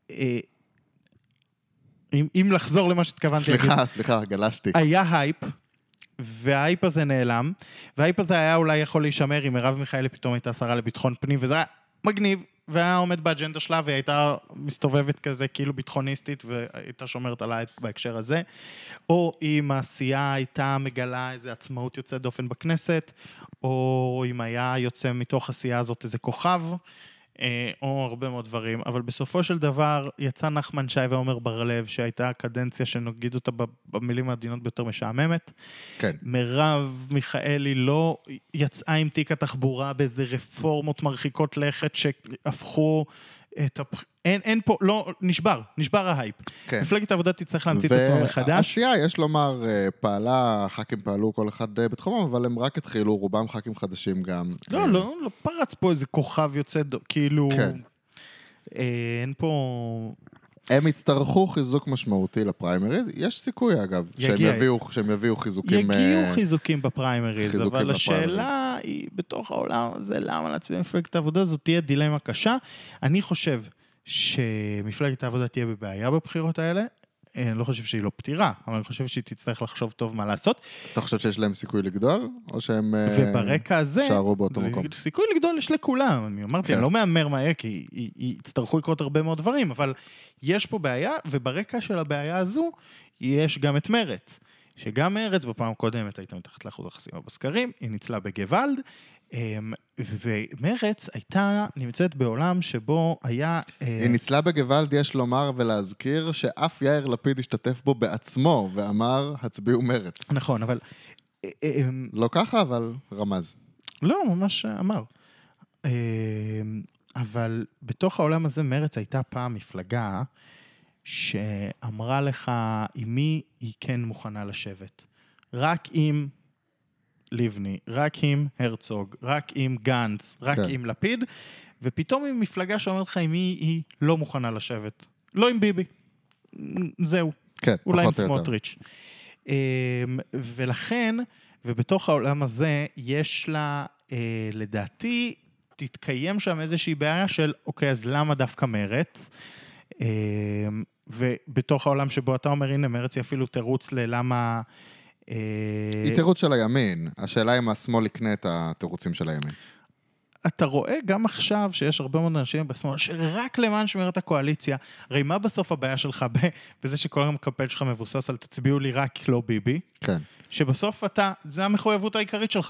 אם לחזור למה שהתכוונתי להגיד. סליחה, גלשתי. היה הייפ, וההייפ הזה נעלם, וההייפ הזה היה אולי יכול להישמר אם מרב מיכאלי פתאום הייתה שרה לביטחון פנים, וזה היה מגניב, והיה עומד באג'נדה שלה, והיא הייתה מסתובבת כזה כאילו ביטחוניסטית, והייתה שומרת עליי בהקשר הזה, או אם העשייה הייתה מגלה איזו עצמאות יוצאת דופן בכנסת, או אם היה יוצא מתוך העשייה הזאת איזה כוכב, או הרבה מאוד דברים, אבל בסופו של דבר יצא נחמן שי ועומר בר-לב, שהייתה קדנציה שנגיד אותה במילים העדינות ביותר משעממת. כן. מרב מיכאלי לא יצאה עם תיק התחבורה באיזה רפורמות מרחיקות לכת שהפכו את אין פה, לא, נשבר ההייפ. כן. מפלגת העבודה תצטרך להמציא את עצמה מחדש. והעשייה, יש לומר, ח"כים פעלו כל אחד בתחומם, אבל הם רק התחילו, רובם ח"כים חדשים גם. לא פרץ פה איזה כוכב יוצא, כאילו, כן. אין פה... הם יצטרכו חיזוק משמעותי לפריימריז, יש סיכוי אגב, שהם יביאו חיזוקים... יגיעו חיזוקים בפריימריז, אבל השאלה היא, בתוך העולם הזה, למה להצביע מפלגת העבודה, זאת תהיה דילמה קשה. אני חושב שמפלגת העבודה תהיה בבעיה בבחירות האלה, אני לא חושב שהיא לא פתירה, אבל אני חושב שהיא תצטרך לחשוב טוב מה לעשות. אתה חושב שיש להם סיכוי לגדול, או שהם וברקע הזה, שערו באותו מקום? סיכוי לגדול יש לכולם. אני אמרתי, אני לא מאמר מה יהיה, כי יצטרכו לקרות הרבה מאוד דברים, אבל יש פה בעיה, וברקע של הבעיה הזו, יש גם את מרץ. שגם מרץ, בפעם הקודמת הייתה מתחת לאחוז החסימה בסקרים, היא ניצלה בגוואלד, ומרץ הייתה נמצאת בעולם שבו היה... היא ניצלה בגוואלד, יש לומר ולהזכיר, שאף יאיר לפיד השתתף בו בעצמו, ואמר, הצביעו מרץ. נכון, אבל... לא ככה, אבל רמז. לא, ממש אמר. אבל בתוך העולם הזה, מרץ הייתה פעם מפלגה, שאמרה לך עם מי היא כן מוכנה לשבת. רק עם לבני, רק עם הרצוג, רק עם גנץ, רק עם לפיד, ופתאום היא מפלגה שאומרת לך עם מי היא לא מוכנה לשבת. לא עם ביבי. זהו. כן, אולי עם סמוטריץ'. ולכן, ובתוך העולם הזה, יש לה, לדעתי, תתקיים שם איזושהי בעיה של, אוקיי, אז למה דווקא מרץ? ובתוך העולם שבו אתה אומר, הנה, מרץ היא אפילו תירוץ ללמה... היא תירוץ של הימין. השאלה אם השמאל יקנה את התירוצים של הימין. אתה רואה גם עכשיו שיש הרבה מאוד אנשים בשמאל, שרק למען שמירת הקואליציה, הרי מה בסוף הבעיה שלך בזה שכל הקמפיין שלך מבוסס על תצביעו לי רק לא ביבי? כן. שבסוף זה המחויבות העיקרית שלך.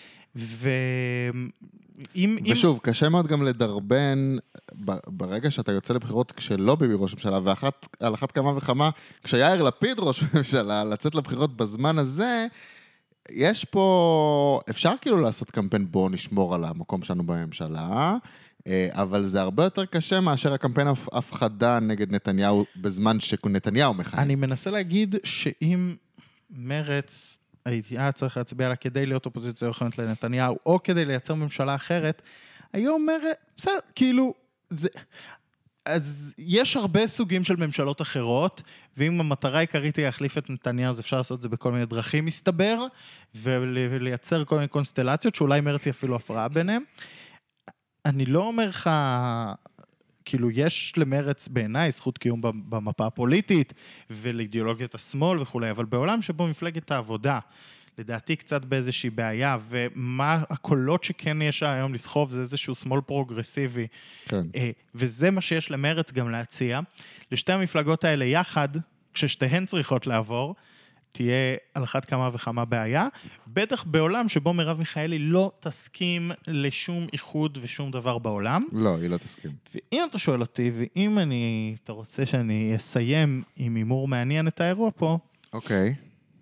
ושוב, קשה מאוד גם לדרבן, ברגע שאתה יוצא לבחירות כשלא ביבי ראש ממשלה, ועל אחת כמה וכמה, כשיאיר לפיד ראש ממשלה, לצאת לבחירות בזמן הזה, יש פה, אפשר כאילו לעשות קמפיין בוא נשמור על המקום שלנו בממשלה, אבל זה הרבה יותר קשה מאשר הקמפיין הפחדה נגד נתניהו בזמן שנתניהו מכהן. אני מנסה להגיד שאם מרץ היה צריך להצביע לה כדי להיות אופוזיציה לוחמת לנתניהו, או כדי לייצר ממשלה אחרת, היום מרץ, בסדר, כאילו, אז יש הרבה סוגים של ממשלות אחרות, ואם המטרה העיקרית היא להחליף את נתניהו, אז אפשר לעשות את זה בכל מיני דרכים מסתבר, ולייצר כל מיני קונסטלציות, שאולי מרץ היא אפילו הפרעה ביניהם. אני לא אומר לך, כאילו יש למרץ בעיניי זכות קיום במפה הפוליטית, ולאידיאולוגיית השמאל וכו', אבל בעולם שבו מפלגת העבודה, לדעתי קצת באיזושהי בעיה, ומה הקולות שכן יש היום לסחוב, זה איזשהו שמאל פרוגרסיבי, כן. וזה מה שיש למרץ גם להציע. לשתי המפלגות האלה יחד, כששתיהן צריכות לעבור, תהיה על אחת כמה וכמה בעיה, בטח בעולם שבו מרב מיכאלי לא תסכים לשום איחוד ושום דבר בעולם. לא, היא לא תסכים. ואם אתה שואל אותי, ואם אתה רוצה שאני אסיים עם אימור מעניין את האירוע פה, אוקיי.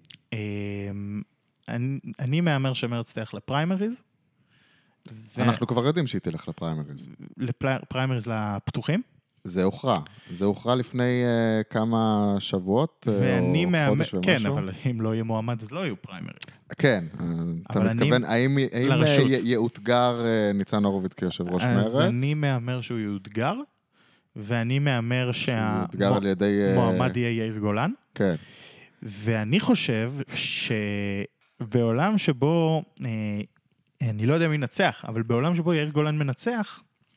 אני מאמר שמרץ תלך לפריימריז. אנחנו כבר יודעים שהיא תלך לפריימריז. לפריימריז לפתוחים? זה הוכרע. זה הוכרע לפני כמה שבועות או חודש ומשהו. כן, אבל אם לא יהיה מועמד, אז לא יהיו פריימריז. כן, אתה מתכוון, האם יאותגר ניצן הורוביץ כיושב ראש מרץ? אז אני מאמר שהוא יאותגר, ואני מאמר שהמועמד יהיה יאיר גולן. כן. ואני חושב שבעולם שבו, אני לא יודע מי ינצח, אבל בעולם שבו יאיר גולן מנצח,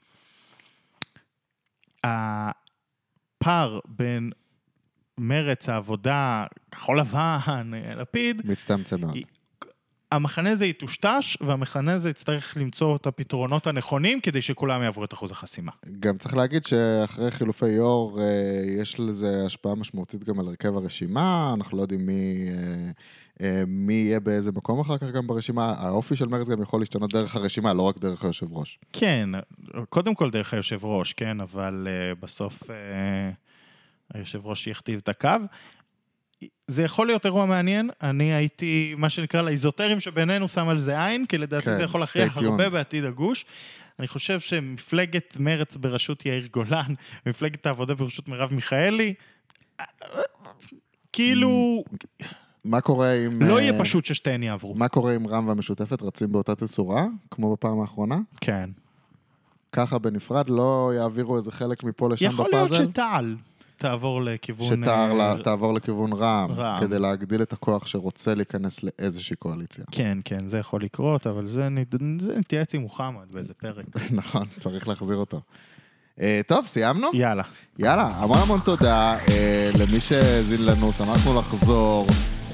הפער בין מרץ, העבודה, כחול לבן, לפיד, מצטמצם מאוד. המחנה הזה יטושטש, והמחנה הזה יצטרך למצוא את הפתרונות הנכונים, כדי שכולם יעברו את אחוז החסימה. גם צריך להגיד שאחרי חילופי יור, יש לזה השפעה משמעותית גם על הרכב הרשימה, אנחנו לא יודעים מי יהיה באיזה מקום אחר כך גם ברשימה, האופי של מרץ גם יכול להשתנות דרך הרשימה, לא רק דרך היושב ראש. כן, קודם כל דרך היושב ראש, כן, אבל בסוף היושב ראש יכתיב את הקו. זה יכול להיות אירוע מעניין, אני הייתי, מה שנקרא לאיזוטרים שבינינו שם על זה עין, כי לדעתי זה יכול להכריע הרבה בעתיד הגוש. אני חושב שמפלגת מרץ בראשות יאיר גולן, מפלגת העבודה בראשות מרב מיכאלי, כאילו... מה קורה עם... לא יהיה פשוט ששתיהן יעברו. מה קורה עם רם והמשותפת? רצים באותה תצורה, כמו בפעם האחרונה? כן. ככה בנפרד, לא יעבירו איזה חלק מפה לשם בפאזל? יכול להיות שתעל תעבור לכיוון... תעבור לכיוון רם, כדי להגדיל את הכוח שרוצה להיכנס לאיזושהי קואליציה. כן, כן, זה יכול לקרות, אבל זה נתייעץ עם מוחמד באיזה פרק. נכון, צריך להחזיר אותו. טוב, סיימנו? יאללה. יאללה, המון תודה למי שהזין לנו, שמחנו לחזור.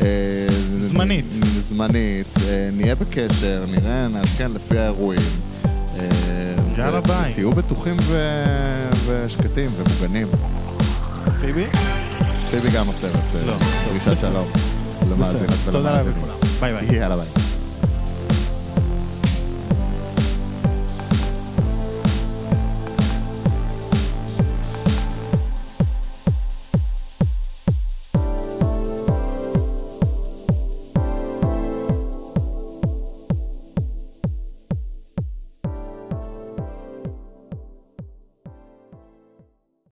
זמנית, נהיה בקשר, נראה, נעדכן לפי האירועים. יאללה ביי. תהיו בטוחים ושקטים ומוגנים. פיבי? פיבי גם עושה את פגישת שלום. תודה לכולם. ביי ביי. יאללה ביי.